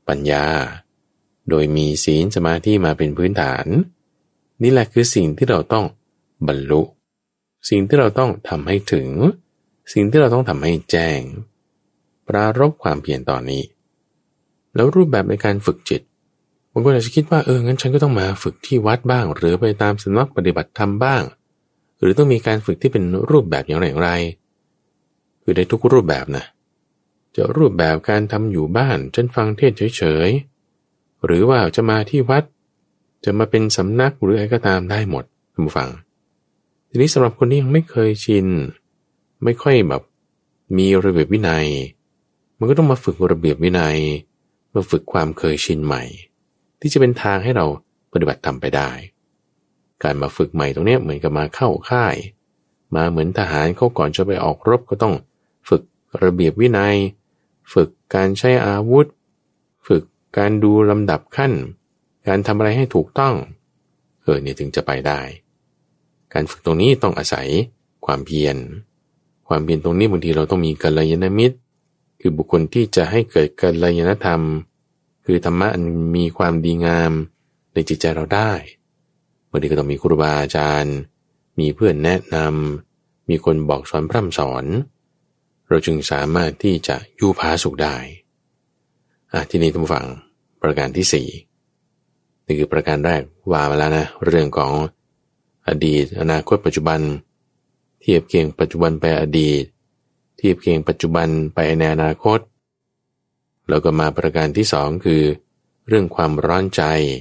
ปัญญาโดยมีศีลสมาธิมาเป็นพื้นฐานนี่แหละคือสิ่งที่เราต้องบรรลุสิ่งที่เราต้องทำให้ถึงสิ่งที่เราต้องทำให้แจ้งปรารภความเพียรตอนนี้แล้วรูปแบบในการฝึกจิตบางคนอาจจะคิดว่างั้นฉันก็ต้องมาฝึกที่วัดบ้างหรือไปตามสำนักปฏิบัติธรรมบ้างหรือต้องมีการฝึกที่เป็นรูปแบบอย่างไรคือได้ทุกรูปแบบนะจะรูปแบบการทำอยู่บ้านฉันฟังเทศเฉยๆหรือว่าจะมาที่วัดจะมาเป็นสำนักหรืออะไรก็ตามได้หมดท่านผู้ฟังทีนี้สำหรับคนที่ยังไม่เคยชินไม่ค่อยแบบมีระเบียบวินัยมันก็ต้องมาฝึกระเบียบวินัยมาฝึกความเคยชินใหม่ที่จะเป็นทางให้เราปฏิบัติธรรมไปได้การมาฝึกใหม่ตรงนี้เหมือนกับมาเข้าค่ายมาเหมือนทหารเขาก่อนจะไปออกรบก็ต้องฝึกระเบียบวินัยฝึกการใช้อาวุธฝึกการดูลำดับขั้นการทำอะไรให้ถูกต้องเนี่ยถึงจะไปได้การฝึกตรงนี้ต้องอาศัยความเพียรตรงนี้บางทีเราต้องมีกัลยาณมิตรคือบุคคลที่จะให้เกิดกัลยาณธรรมคือธรรมะอันมีความดีงามในจิตใจเราได้บางทีก็ต้องมีครูบาอาจารย์มีเพื่อนแนะนำมีคนบอกสอนพร่ำสอนเราจึงสามารถที่จะอยู่ผาสุขได้ที่นี้ท่านผู้ฟังประการที่สี่นี่คือประการแรกว่ามาแล้วนะเรื่องของอดีตอนาคตปัจจุบันเทียบเคียงปัจจุบันไปอดีตเทียบเคียงปัจจุบันไปในอนาคตแล้วก็มาประการที่สองคือเรื่องความร้อนใจ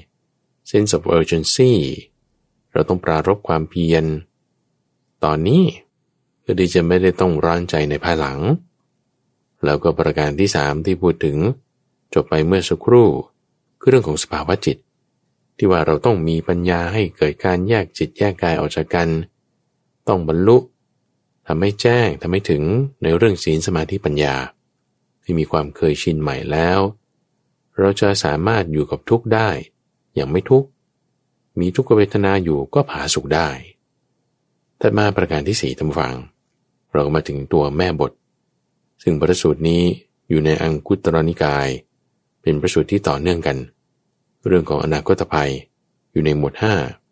sense of urgency เราต้องปรารภความเพียรตอนนี้เพื่อที่จะไม่ได้ต้องร้อนใจในภายหลังแล้วก็ประการที่สามที่พูดถึงจบไปเมื่อสักครู่คือเรื่องของสภาวะจิตที่ว่าเราต้องมีปัญญาให้เกิดการแยกจิตแยกกายออกจากกันต้องบรรลุทำให้แจ้งทำให้ถึงในเรื่องศีลสมาธิปัญญาที่มีความเคยชินใหม่แล้วเราจะสามารถอยู่กับทุกข์ได้อย่างไม่ทุกข์มีทุกขเวทนาอยู่ก็ผาสุกได้ถัดมาประการที่สี่ท่านผู้ฟังเราก็มาถึงตัวแม่บทซึ่งพระสูตรนี้อยู่ในอังคุตรนิกายเป็นพระสูตรที่ต่อเนื่องกันเรื่องของอนาคตภัยอยู่ในหมวด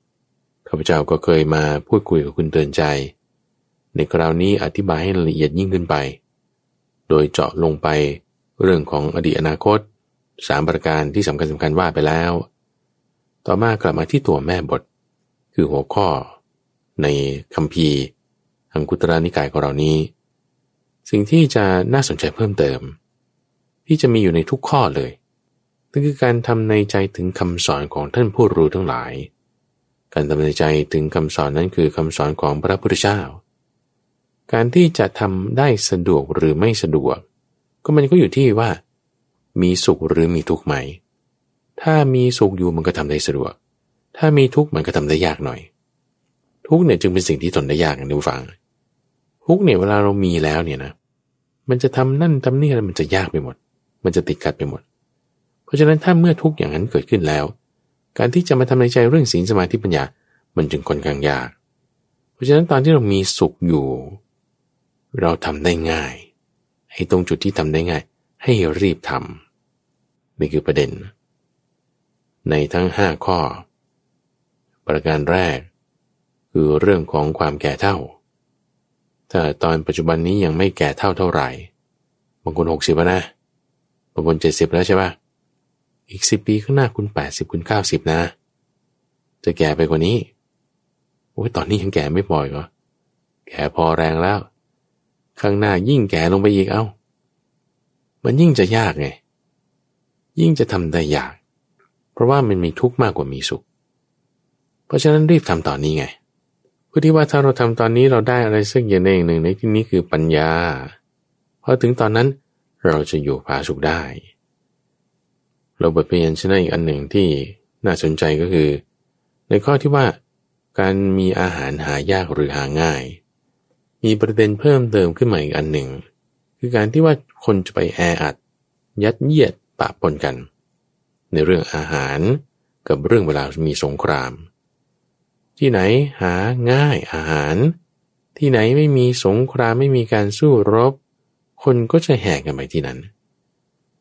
5ข้าพเจ้าก็เคยมาพูดคุยกับคุณเตือนใจในคราวนี้อธิบายให้ละเอียดยิ่งขึ้นไปโดยเจาะลงไปเรื่องของอดีตอนาคต3ประการที่สำคัญว่าไปแล้วต่อมากลับมาที่ตัวแม่บทคือหัวข้อในคัมภีร์อังคุตรนิกายของเรานี้สิ่งที่จะน่าสนใจเพิ่มเติมที่จะมีอยู่ในทุกข้อเลยนั่นคือการทำในใจถึงคำสอนของท่านผู้รู้ทั้งหลายการทำในใจถึงคำสอนนั้นคือคำสอนของพระพุทธเจ้าการที่จะทำได้สะดวกหรือไม่สะดวกก็มันก็อยู่ที่ว่ามีสุขหรือมีทุกข์ไหมถ้ามีสุขอยู่มันก็ทำได้สะดวกถ้ามีทุกข์มันก็ทำได้ยากหน่อยทุกข์เนี่ยจึงเป็นสิ่งที่ทนได้ยากนะผู้ฟังทุกข์เนี่ยเวลาเรามีแล้วเนี่ยนะมันจะทำนั่นทำนี่อะไรมันจะยากไปหมดมันจะติดขัดไปหมดเพราะฉะนั้นถ้าเมื่อทุกข์อย่างนั้นเกิดขึ้นแล้วการที่จะมาทำในใจเรื่องศีลสมาธิปัญญามันจึงค่อนข้างยากเพราะฉะนั้นตอนที่เรามีสุขอยู่เราทำได้ง่ายให้ตรงจุดที่ทำได้ง่ายให้รีบทำนี่คือประเด็นในทั้ง5ข้อประการแรกคือเรื่องของความแก่เฒ่าถ้าตอนปัจจุบันนี้ยังไม่แก่เท่าไหร่บางคน60แล้วนะบางคน70แล้วใช่ป่ะอีก10 ปีข้างหน้าคุณ80คุณ90นะจะแก่ไปกว่านี้โอ้ยตอนนี้ยังแก่ไม่พออีกเหรอแก่พอแรงแล้วข้างหน้ายิ่งแก่ลงไปอีกมันยิ่งจะยากไงยิ่งจะทำได้ยากเพราะว่ามันมีทุกข์มากกว่ามีสุขเพราะฉะนั้นรีบทำตอนนี้ไงเพื่อที่ว่าถ้าเราทำตอนนี้เราได้อะไรสักอย่างหนึ่งในที่นี้คือปัญญาพอถึงตอนนั้นเราจะอยู่ผาสุขได้เราบทเรียนชนะอีกอันหนึ่งที่น่าสนใจก็คือในข้อที่ว่าการมีอาหารหายากหรือหาง่ายมีประเด็นเพิ่มเติมขึ้นมาอีกอันหนึ่งคือการที่ว่าคนจะไปแออัดยัดเยียดปะปนกันในเรื่องอาหารกับเรื่องเวลามีสงครามที่ไหนหาง่ายอาหารที่ไหนไม่มีสงครามไม่มีการสู้รบคนก็จะแห่กันไปที่นั้นพอ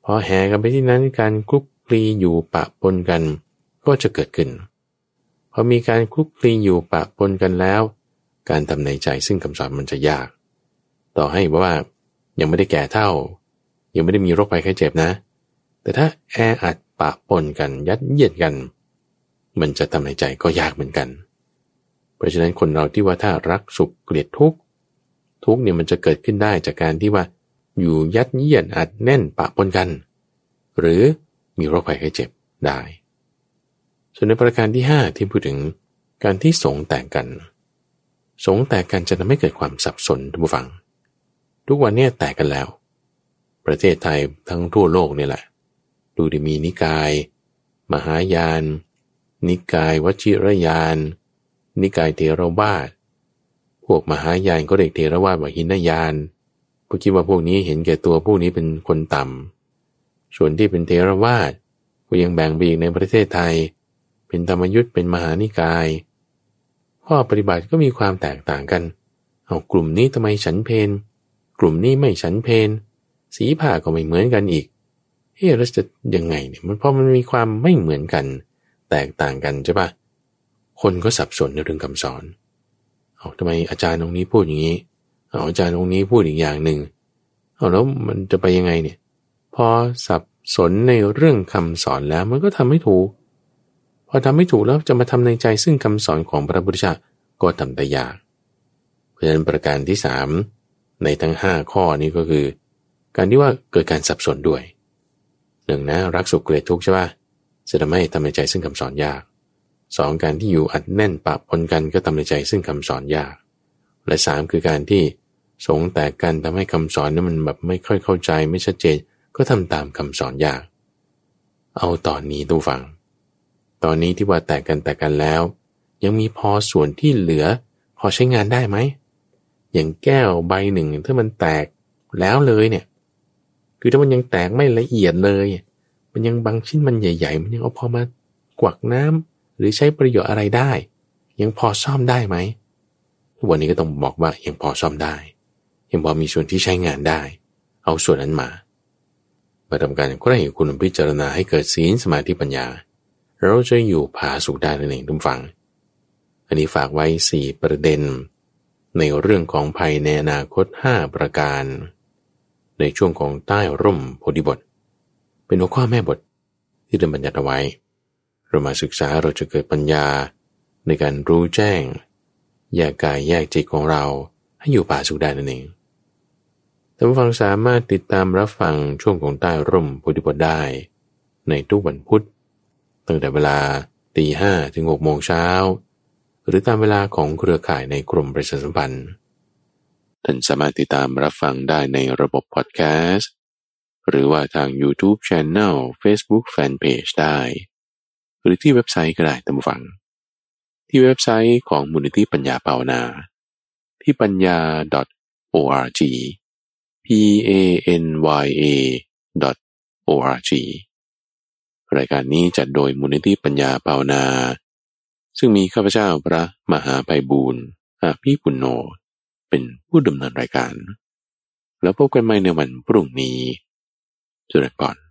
พอแห่กันไปที่นั้นการคลุกคลีอยู่ปะปนกันก็จะเกิดขึ้นพอมีการคลุกคลีอยู่ปะปนกันแล้วการทำในใจซึ่งคำสอนมันจะยากต่อให้ว่ายังไม่ได้แก่เท่ายังไม่ได้มีโรคภัยไข้เจ็บนะแต่ถ้าแออัดปะปนกันยัดเยียดกันมันจะทำในใจก็ยากเหมือนกันเพราะฉะนั้นคนเราที่ว่าถ้ารักสุขเกลียดทุกข์เนี่ยมันจะเกิดขึ้นได้จากการที่ว่าอยู่ยัดเยียดอัดแน่นปะปนกันหรือมีโรคภัยไข้เจ็บได้ส่วนในประการที่5ที่พูดถึงการที่สงฆ์แตกกันสงฆ์แตกกันจะทำให้เกิดความสับสนท่านผู้ฟังทุกวันนี้แตกกันแล้วประเทศไทยทั้งทั่วโลกนี่แหละดูดิมีนิกายมหายานนิกายวชิรยานนิกายเถรวาทพวกมหายานก็เรียกเถรวาทว่าหินยานพวกคิดว่าพวกนี้เห็นแก่ตัวพวกนี้เป็นคนต่ำส่วนที่เป็นเถรวาทก็ยังแบ่งไปอีกในประเทศไทยเป็นธรรมยุทธ์เป็นมหานิกายข้อปฏิบัติก็มีความแตกต่างกันเอากลุ่มนี้ทำไมฉันเพลกลุ่มนี้ไม่ฉันเพลสีผ้าก็ไม่เหมือนกันอีกแล้วจะยังไงเนี่ยมันเพราะมันมีความไม่เหมือนกันแตกต่างกันใช่ปะคนก็สับสนในเรื่องคำสอนทำไมอาจารย์องค์นี้พูดอย่างนี้อาจารย์องค์นี้พูดอีกอย่างหนึ่งแล้วมันจะไปยังไงเนี่ยพอสับสนในเรื่องคำสอนแล้วมันก็ทำไม่ถูกพอทำไม่ถูกแล้วจะมาทำในใจซึ่งคำสอนของพระพุทธเจ้าก็ทำได้ยากเพราะฉะนั้นประการที่3ในทั้ง5ข้อนี้ก็คือการที่ว่าเกิดการสับสนด้วย1นะรักสุขเกลียดทุกข์ใช่ป่ะจะทำให้ทำในใจซึ่งคำสอนยาก2การที่อยู่อัดแน่นปะปนกันก็ทำในใจซึ่งคำสอนยากและ3คือการที่สงฆ์แตกกันทำให้คำสอนนั้นมันแบบไม่ค่อยเข้าใจไม่ชัดเจนก็ทำตามคำสอนยากเอาตอนนี้ดูฟังตอนนี้ที่ว่าแตกกันแล้วยังมีพอส่วนที่เหลือพอใช้งานได้ไหมอย่างแก้วใบหนึ่งถ้ามันแตกแล้วเลยเนี่ยคือถ้ามันยังแตกไม่ละเอียดเลยมันยังบางชิ้นมันใหญ่ๆมันยังเอาพอมากวักน้ำหรือใช้ประโยชน์อะไรได้ยังพอซ่อมได้ไหมวันนี้ก็ต้องบอกว่ายังพอซ่อมได้ยังพอมีส่วนที่ใช้งานได้เอาส่วนนั้นมาทำการใคร่คุณพิจารณาให้เกิดศีลสมาธิปัญญาเราจะอยู่ผาสุขได้นั่นเองทุกฝังอันนี้ฝากไว้4ประเด็นในเรื่องของภัยในอนาคต5ประการในช่วงของใต้ร่มโพธิบทเป็นหัวข้อแม่บทที่ได้บัญญัติเอาไว้เรามาศึกษาเราจะเกิดปัญญาในการรู้แจ้งแยกกายแยกจิตของเราให้อยู่ผาสุขได้นั่นเองท่านผู้ฟังสามารถติดตามรับฟังช่วงของใต้ร่มโพธิบทได้ในทุกวันพุธตั้งแต่เวลา 5:00 ถึง 6:00 น.หรือตามเวลาของเครือข่ายในกรมประชาสัมพันธ์ท่านสามารถติดตามรับฟังได้ในระบบพอดแคสต์หรือว่าทาง YouTube Channel Facebook Fanpage ได้หรือที่เว็บไซต์ก็ได้ท่านผู้ฟังที่เว็บไซต์ของมูลนิธิปัญญาภาวนาที่ปัญญา .org panya.org รายการนี้จัดโดยมูลนิธิปัญญาภาวนาซึ่งมีข้าพเจ้าพระมหาไพบูลย์อาภิปุณโญเป็นผู้ดำเนินรายการแล้วพบกันใหม่ในวันพรุ่งนี้เจริญพร